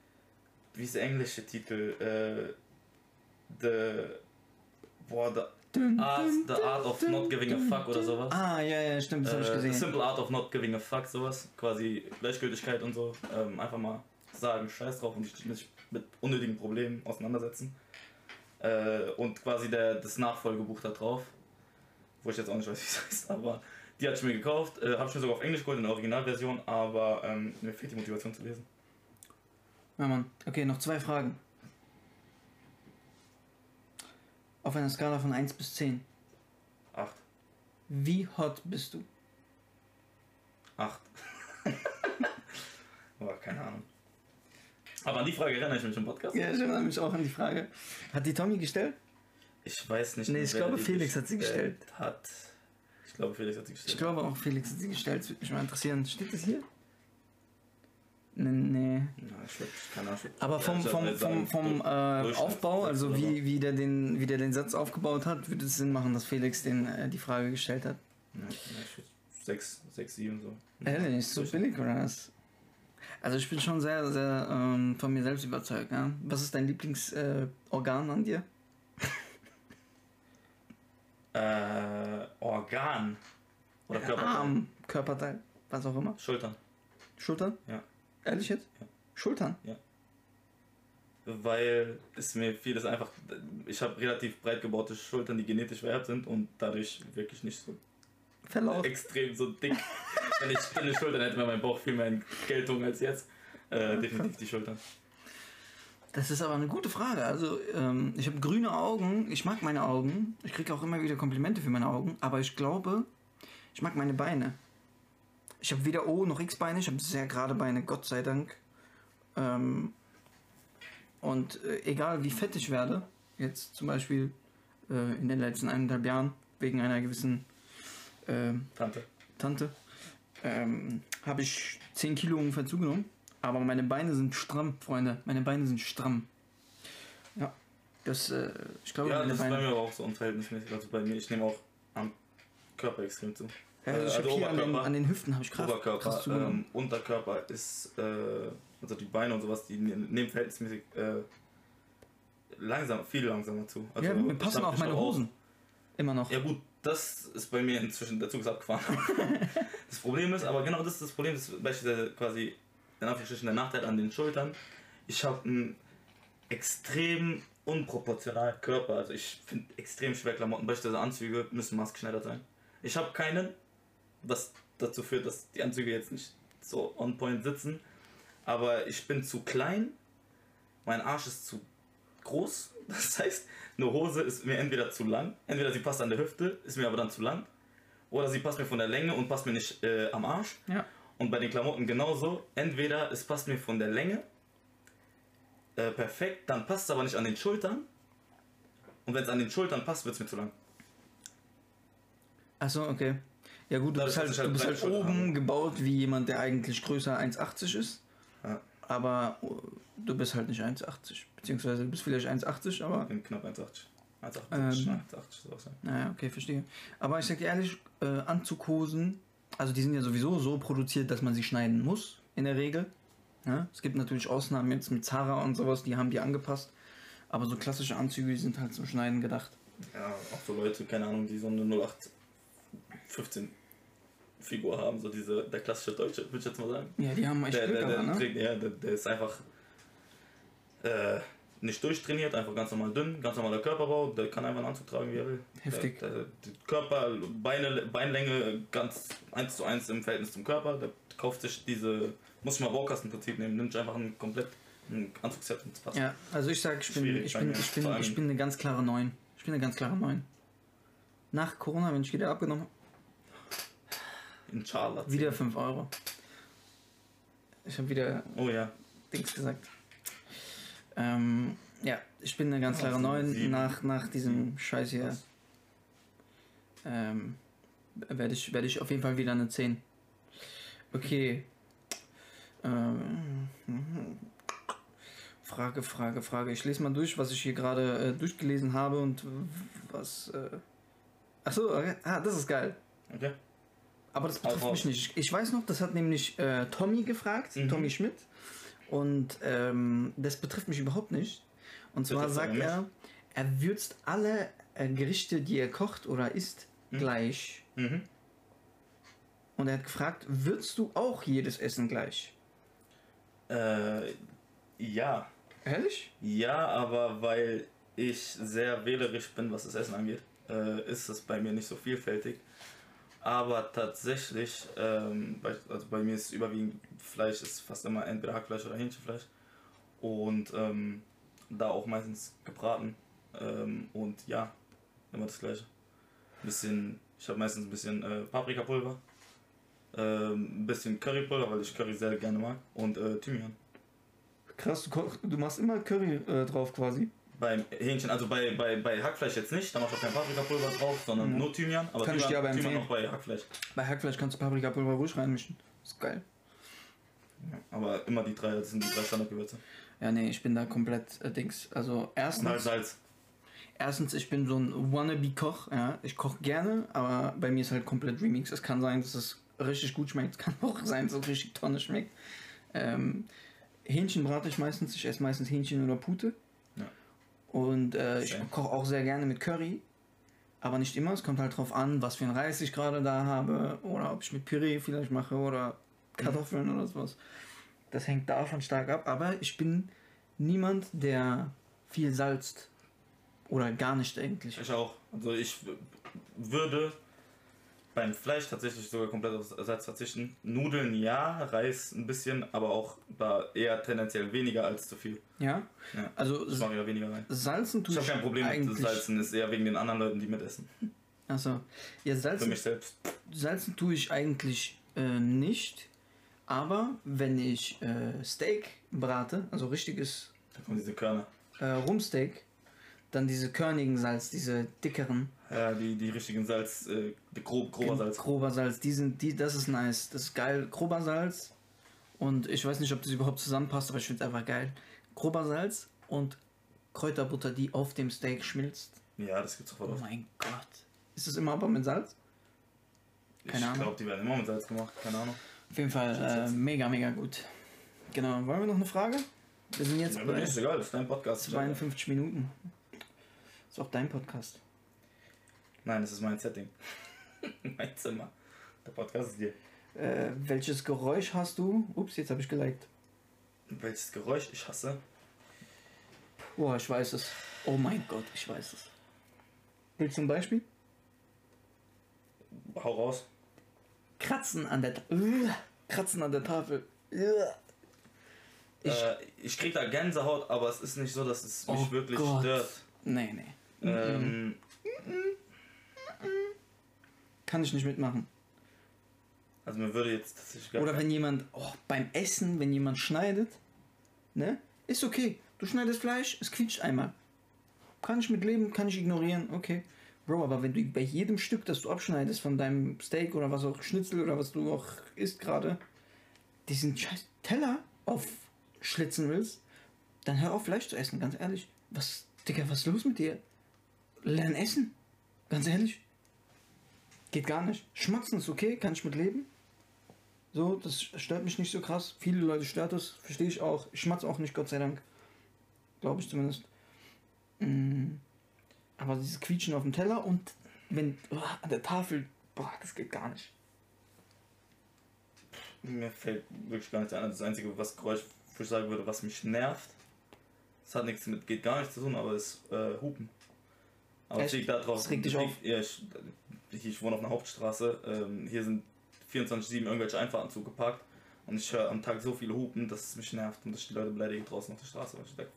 wie ist der englische Titel? Äh, the, boah, the Dun, Art, dun, The Art of dun, Not Giving a dun, Fuck oder sowas. Ah, ja, ja, stimmt, das äh, habe ich gesehen. The Simple Art of Not Giving a Fuck, sowas. Quasi Gleichgültigkeit und so. Ähm, einfach mal sagen, scheiß drauf und sich nicht mit unnötigen Problemen auseinandersetzen. Äh, und quasi der, das Nachfolgebuch da drauf, wo ich jetzt auch nicht weiß, wie es heißt, aber die hatte ich mir gekauft. Äh, habe ich mir sogar auf Englisch geholt, in der Originalversion, aber ähm, mir fehlt die Motivation zu lesen. Ja, Mann. Okay, noch zwei Fragen. Auf einer Skala von eins bis zehn. Acht. Wie hot bist du? Acht. Aber keine Ahnung. Aber an die Frage erinnere ich mich im Podcast. Ja, ich erinnere mich auch an die Frage. Hat die Tommy gestellt? Ich weiß nicht. Nee, ich wer glaube die Felix hat sie gestellt. Hat. Ich glaube Felix hat sie gestellt. Ich glaube auch Felix hat sie gestellt. Das würde mich mal interessieren. Steht das hier? Nee. nee. Ja, ich würde keine Ahnung. Aber vom, Ja, vom, ich vom, vom äh, Aufbau, also wie, wie, der den, wie der den Satz aufgebaut hat, würde es Sinn machen, dass Felix den, äh, die Frage gestellt hat. Ja, ich würde sechs, sechs, sieben so. Ehrlich, ist so billig oder was? Also ich bin schon sehr, sehr ähm, von mir selbst überzeugt. Ja? Was ist dein Lieblingsorgan äh, Organ an dir? Äh, Organ. Oder Ja, Körperteil. Arm, Körperteil, was auch immer. Schultern. Schultern? Ja. Ehrlich jetzt? Ja. Schultern? Weil es mir vieles einfach. Ich habe relativ breit gebaute Schultern, die genetisch vererbt sind und dadurch wirklich nicht so Verlauf. extrem so dick. Wenn ich dünne Schultern hätte, wäre mein Bauch viel mehr in Geltung als jetzt. Äh, definitiv die Schultern. Das ist aber eine gute Frage. Also ähm, ich habe grüne Augen, ich mag meine Augen. Ich kriege auch immer wieder Komplimente für meine Augen, aber ich glaube, ich mag meine Beine. Ich habe weder O noch X-Beine, ich habe sehr gerade Beine, Gott sei Dank. Ähm, und äh, egal wie fett ich werde, jetzt zum Beispiel äh, in den letzten eineinhalb Jahren, wegen einer gewissen äh, Tante. Tante, ähm, habe ich zehn Kilo ungefähr zugenommen. Aber meine Beine sind stramm, Freunde. Meine Beine sind stramm. Ja, das, äh, ich glaube, Ja, meine das ist Beine... bei mir aber auch so unverhältnismäßig. Also bei mir, ich nehme auch am Körper extrem zu. Ja, also ich Also hab hier an den, Oberkörper. an den Hüften habe ich krass, Oberkörper, krass zugenommen. ähm, Unterkörper ist, äh, also die Beine und sowas, die nehmen verhältnismäßig äh, langsam, viel langsamer zu. Also ja, mir ich passen hab auch mich meine Hosen. Immer noch. Ja gut, das ist bei mir inzwischen, der Zug ist abgefahren. Das Problem ist, aber genau das ist das Problem, das ist beispielsweise quasi in Anführungsstrichen der Nachteil an den Schultern. Ich habe einen extrem unproportionalen Körper, also ich finde extrem schwer Klamotten, beispielsweise Anzüge müssen maßgeschneidert sein. Ich habe keinen, was dazu führt, dass die Anzüge jetzt nicht so on point sitzen, aber ich bin zu klein, mein Arsch ist zu groß, das heißt, eine Hose ist mir entweder zu lang, entweder sie passt an der Hüfte, ist mir aber dann zu lang, oder sie passt mir von der Länge und passt mir nicht äh, am Arsch. Ja. Und bei den Klamotten genauso, entweder es passt mir von der Länge äh, perfekt, dann passt es aber nicht an den Schultern, und wenn es an den Schultern passt, wird es mir zu lang. Achso, okay. Ja gut, du Dadurch, bist halt, dass ich halt du bist halt breite Schultern oben habe. gebaut wie jemand, der eigentlich größer eins achtzig ist. Ja. Aber uh, du bist halt nicht eins achtzig. Beziehungsweise du bist vielleicht eins achtzig, aber... Ich bin knapp eins achtzig. eins achtzig, Ähm. eins achtzig sowas. Ja. Naja, okay, verstehe. Aber ich sag dir ehrlich, äh, Anzughosen, also die sind ja sowieso so produziert, dass man sie schneiden muss, in der Regel. Ja? Es gibt natürlich Ausnahmen jetzt mit Zara und sowas, die haben die angepasst. Aber so klassische Anzüge, die sind halt zum Schneiden gedacht. Ja, auch so Leute, keine Ahnung, die so eine null acht fünfzehn Figur haben, so diese, der klassische Deutsche, würde ich jetzt mal sagen. Ja, die haben echt Der, Glück, der, der, aber, ne? trägt, ja, der, der ist einfach äh, nicht durchtrainiert, einfach ganz normal dünn, ganz normaler Körperbau, der kann einfach einen Anzug tragen, wie er will. Heftig. Der, der, der Körper, Beine, Beinlänge ganz eins zu eins im Verhältnis zum Körper, der kauft sich diese, muss ich mal Baukastenprinzip nehmen, nimmt sich einfach ein komplett ein Anzugsset und das passt. Ja, also ich sag, ich bin, Schwierig ich bei bin, mir. ich bin, Vor allem- ich bin eine ganz klare neun. Ich bin eine ganz klare neun. Nach Corona, wenn ich wieder abgenommen habe, In Charlotte. wieder fünf Euro. Ich habe wieder Oh ja. Dings gesagt. Ähm, ja, ich bin eine ganz Ja, klare sieben, neun sieben. nach, nach diesem Scheiß hier. Was? Ähm, werde ich, werde ich auf jeden Fall wieder eine zehn. Okay. Ähm, mhm. Frage, Frage, Frage. Ich lese mal durch, was ich hier gerade äh, durchgelesen habe und was. Äh Achso, okay. Ah, das ist geil. Okay. Aber das betrifft Hau mich raus. nicht. Ich weiß noch, das hat nämlich äh, Tommy gefragt, Mhm. Tommy Schmidt. Und ähm, das betrifft mich überhaupt nicht. Und zwar Betrifft sagt aber er, er würzt alle äh, Gerichte, die er kocht oder isst, Mhm. gleich. Mhm. Und er hat gefragt, würdest du auch jedes Essen gleich? Äh, ja. Ehrlich? Ja, aber weil ich sehr wählerisch bin, was das Essen angeht, äh, ist es bei mir nicht so vielfältig. Aber tatsächlich, ähm, bei, also bei mir ist überwiegend Fleisch, ist fast immer entweder Hackfleisch oder Hähnchenfleisch. Und ähm, da auch meistens gebraten. Ähm, und ja, immer das gleiche. Ein bisschen, ich habe meistens ein bisschen äh, Paprikapulver, ähm, ein bisschen Currypulver, weil ich Curry sehr gerne mag. Und äh, Thymian. Krass, du, koch, du machst immer Curry äh, drauf quasi. Beim Hähnchen, also bei, bei, bei Hackfleisch jetzt nicht, da mach ich auch kein Paprikapulver drauf, sondern Mhm. nur Thymian. Aber Kann ich Thymian, dir aber Thymian empfehlen. auch bei Hackfleisch. Bei Hackfleisch kannst du Paprikapulver ruhig reinmischen. Ist geil. Ja, aber immer die drei, das sind die drei Standardgewürze. Ja, nee, ich bin da komplett äh, Dings. Also Und halt erstens, Salz. erstens, ich bin so ein Wannabe-Koch. Ja? Ich koche gerne, aber bei mir ist halt komplett Remix. Es kann sein, dass es richtig gut schmeckt. Es kann auch sein, dass es richtig Tonne schmeckt. Ähm, Hähnchen brate ich meistens. Ich esse meistens Hähnchen oder Pute. Ja. Und äh, ich Same. koche auch sehr gerne mit Curry. Aber nicht immer. Es kommt halt drauf an, was für einen Reis ich gerade da habe. Oder ob ich mit Püree vielleicht mache oder Kartoffeln mhm. oder sowas. Das hängt davon stark ab. Aber ich bin niemand, der viel salzt. Oder gar nicht eigentlich. Ich auch. Also ich w- würde beim Fleisch tatsächlich sogar komplett auf Salz verzichten. Nudeln ja, Reis ein bisschen, aber auch da eher tendenziell weniger als zu viel. Ja? Ja. Also Ich mache ja weniger rein. salzen tue Ich ich, habe kein Problem mit eigentlich... Salzen, ist eher wegen den anderen Leuten, die mitessen. Achso. Ja, Für salzen, mich selbst. salzen tue ich eigentlich äh, nicht. Aber wenn ich äh, Steak brate, also richtiges Da kommen diese Körner. äh, Rumsteak, dann diese körnigen Salz, diese dickeren, Ja, die, die richtigen Salz, äh, die grob, grober Salz. grober Salz, die sind, die, das ist nice, das ist geil, grober Salz und ich weiß nicht, ob das überhaupt zusammenpasst, aber ich finde es einfach geil. Grober Salz und Kräuterbutter, die auf dem Steak schmilzt. Ja, das gibt's sofort Oh oft. mein Gott. Ist das immer aber mit Salz? Keine Ich Ahnung. glaube, die werden immer mit Salz gemacht, keine Ahnung. Auf jeden Fall äh, mega, mega gut. Genau, wollen wir noch eine Frage? Wir sind jetzt Ja, bei mir ist egal, das ist dein Podcast. zweiundfünfzig Minuten. Ist auch dein Podcast. Nein, das ist mein Setting. Mein Zimmer. Der Podcast ist dir. Äh, welches Geräusch hast du? Ups, jetzt habe ich geliked. Welches Geräusch ich hasse? Boah, ich weiß es. Oh mein Gott, ich weiß es. Willst du ein Beispiel? Hau raus. Kratzen an der Ta Ugh, Kratzen an der Tafel. Ugh. Ich- äh, ich krieg da Gänsehaut, aber es ist nicht so, dass es mich Oh wirklich Gott. stört. Nee, nee. Ähm, Kann ich nicht mitmachen. also mir würde jetzt tatsächlich gar Oder kein- wenn jemand, oh, beim Essen, wenn jemand schneidet, ne? Ist okay. Du schneidest Fleisch, es quietscht einmal. Kann ich mit leben, kann ich ignorieren, okay. Bro, aber wenn du bei jedem Stück, das du abschneidest von deinem Steak oder was auch, Schnitzel oder was du auch isst gerade, diesen scheiß Teller aufschlitzen willst, dann hör auf Fleisch zu essen, ganz ehrlich. Was, Digga, was ist los mit dir? Lern essen. Ganz ehrlich. Geht gar nicht. Schmatzen ist okay, kann ich mit leben. So, das stört mich nicht so krass. Viele Leute stört das, verstehe ich auch. Ich schmatze auch nicht, Gott sei Dank. Glaube ich zumindest. Mm. Aber dieses Quietschen auf dem Teller und wenn oh, an der Tafel, boah, das geht gar nicht. Mir fällt wirklich gar nichts ein. Das einzige, was Geräusch, wo ich sagen würde, was mich nervt, das hat nichts mit, geht gar nichts zu tun, aber ist äh, Hupen. Aber Echt? es liegt da drauf. Das regt dich es auf? liegt- Ja, ich, ich, ich wohne auf einer Hauptstraße. Ähm, hier sind vierundzwanzig sieben irgendwelche Einfahrten zugeparkt. Und ich höre am Tag so viele Hupen, dass es mich nervt und dass ich die Leute beleidige draußen auf der Straße. Weil ich denke,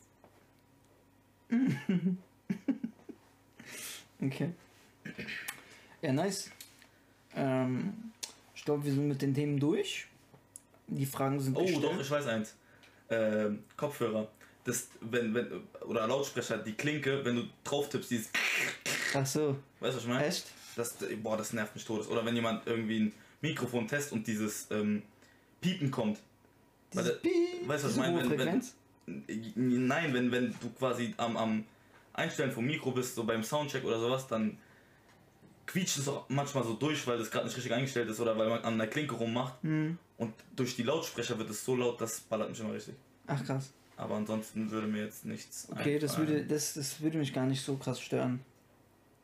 Okay. Ja, nice. Ähm, ich glaube, wir sind mit den Themen durch. Die Fragen sind oh gestellt. doch, ich weiß eins. Ähm, Kopfhörer. Das, wenn, wenn, oder Lautsprecher, die Klinke, wenn du drauf tippst, dieses. Ach so, Weißt du, was ich meine? echt? Das, boah, das nervt mich todes. Oder wenn jemand irgendwie ein Mikrofon testet und dieses ähm, Piepen kommt. Weil Dieses der- Piep, weißt du, was ich diese meine? hohe Wenn- wenn- Frequenz? Nein, wenn, wenn du quasi am, am Einstellen vom Mikro bist, so beim Soundcheck oder sowas, dann quietscht es auch manchmal so durch, weil das gerade nicht richtig eingestellt ist oder weil man an der Klinke rummacht. Hm. Und durch die Lautsprecher wird es so laut, das ballert mich immer richtig. Ach krass. Aber ansonsten würde mir jetzt nichts Okay, das einfallen. würde, das, das würde mich gar nicht so krass stören.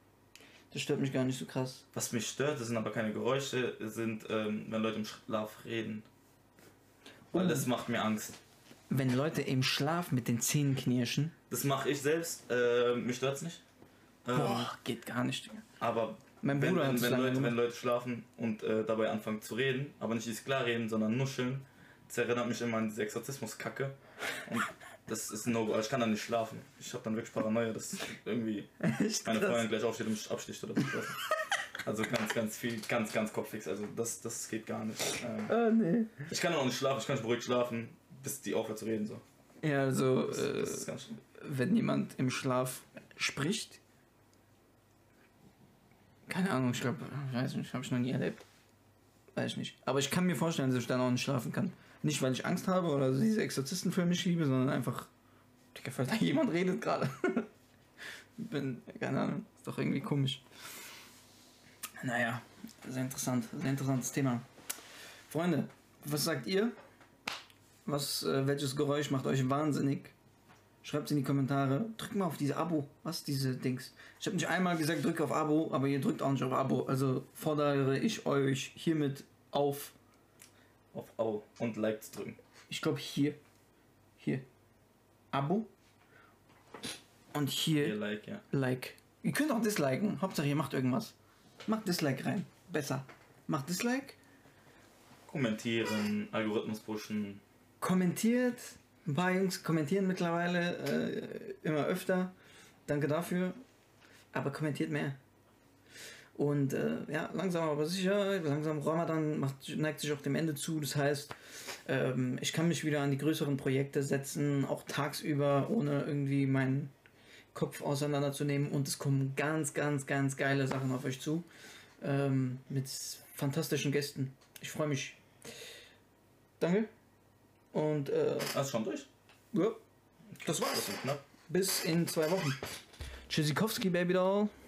Das stört mich gar nicht so krass. Was mich stört, das sind aber keine Geräusche, sind, ähm, wenn Leute im Schlaf reden. Weil Oh. das macht mir Angst. Wenn Leute im Schlaf mit den Zähnen knirschen. Das mache ich selbst, äh, mich stört's nicht. Ähm, Boah, geht gar nicht. Digga. aber Mein wenn, Bruder wenn, hat's wenn, lange Leute, wenn gemacht. Leute schlafen und äh, dabei anfangen zu reden, aber nicht dieses klar reden, sondern nuscheln, das erinnert mich immer an diese Exorzismus-Kacke. Und das ist no go. Ich kann dann nicht schlafen. Ich habe dann wirklich Paranoia, dass irgendwie Echt meine krass. Freundin gleich aufsteht und mich absticht oder so. Also ganz, ganz viel, ganz, ganz kopfix. Also das, das geht gar nicht. Ähm, Oh, nee. ich kann auch nicht schlafen, ich kann nicht beruhigt schlafen, bis die aufhört zu reden. So. Ja, also, Das, äh, das ist ganz schlimm. wenn jemand im Schlaf spricht. Keine Ahnung, ich glaube, ich weiß nicht, habe ich noch nie erlebt. Weiß ich nicht. Aber ich kann mir vorstellen, dass ich dann auch nicht schlafen kann. Nicht, weil ich Angst habe oder diese Exorzistenfilme nicht liebe, sondern einfach, Digga, weil da jemand redet gerade. Bin, keine Ahnung, ist doch irgendwie komisch. Naja, sehr interessant, sehr interessantes Thema. Freunde, was sagt ihr? Was, äh, welches Geräusch macht euch wahnsinnig? Schreibt es in die Kommentare. Drückt mal auf diese Abo. Was diese Dings? Ich habe nicht einmal gesagt, drückt auf Abo, aber ihr drückt auch nicht auf Abo. Also fordere ich euch hiermit auf. Auf Au und Likes drücken. Ich glaube hier. Hier. Abo. Und hier Ihr Like, ja. Like. Ihr könnt auch disliken. Hauptsache ihr macht irgendwas. Macht Dislike rein. Besser. Macht Dislike. Kommentieren, Algorithmus pushen. Kommentiert. Ein paar Jungs kommentieren mittlerweile äh, immer öfter. Danke dafür. Aber kommentiert mehr. Und äh, ja, langsam aber sicher, langsam Ramadan macht, neigt sich auch dem Ende zu. Das heißt, ähm, ich kann mich wieder an die größeren Projekte setzen, auch tagsüber, ohne irgendwie meinen Kopf auseinanderzunehmen. Und es kommen ganz, ganz, ganz geile Sachen auf euch zu. Ähm, mit fantastischen Gästen. Ich freue mich. Danke. Und äh, Hast du schon durch? ja, das war's. Das ist knapp. Bis in zwei Wochen. Tschüssikowski, Baby Doll.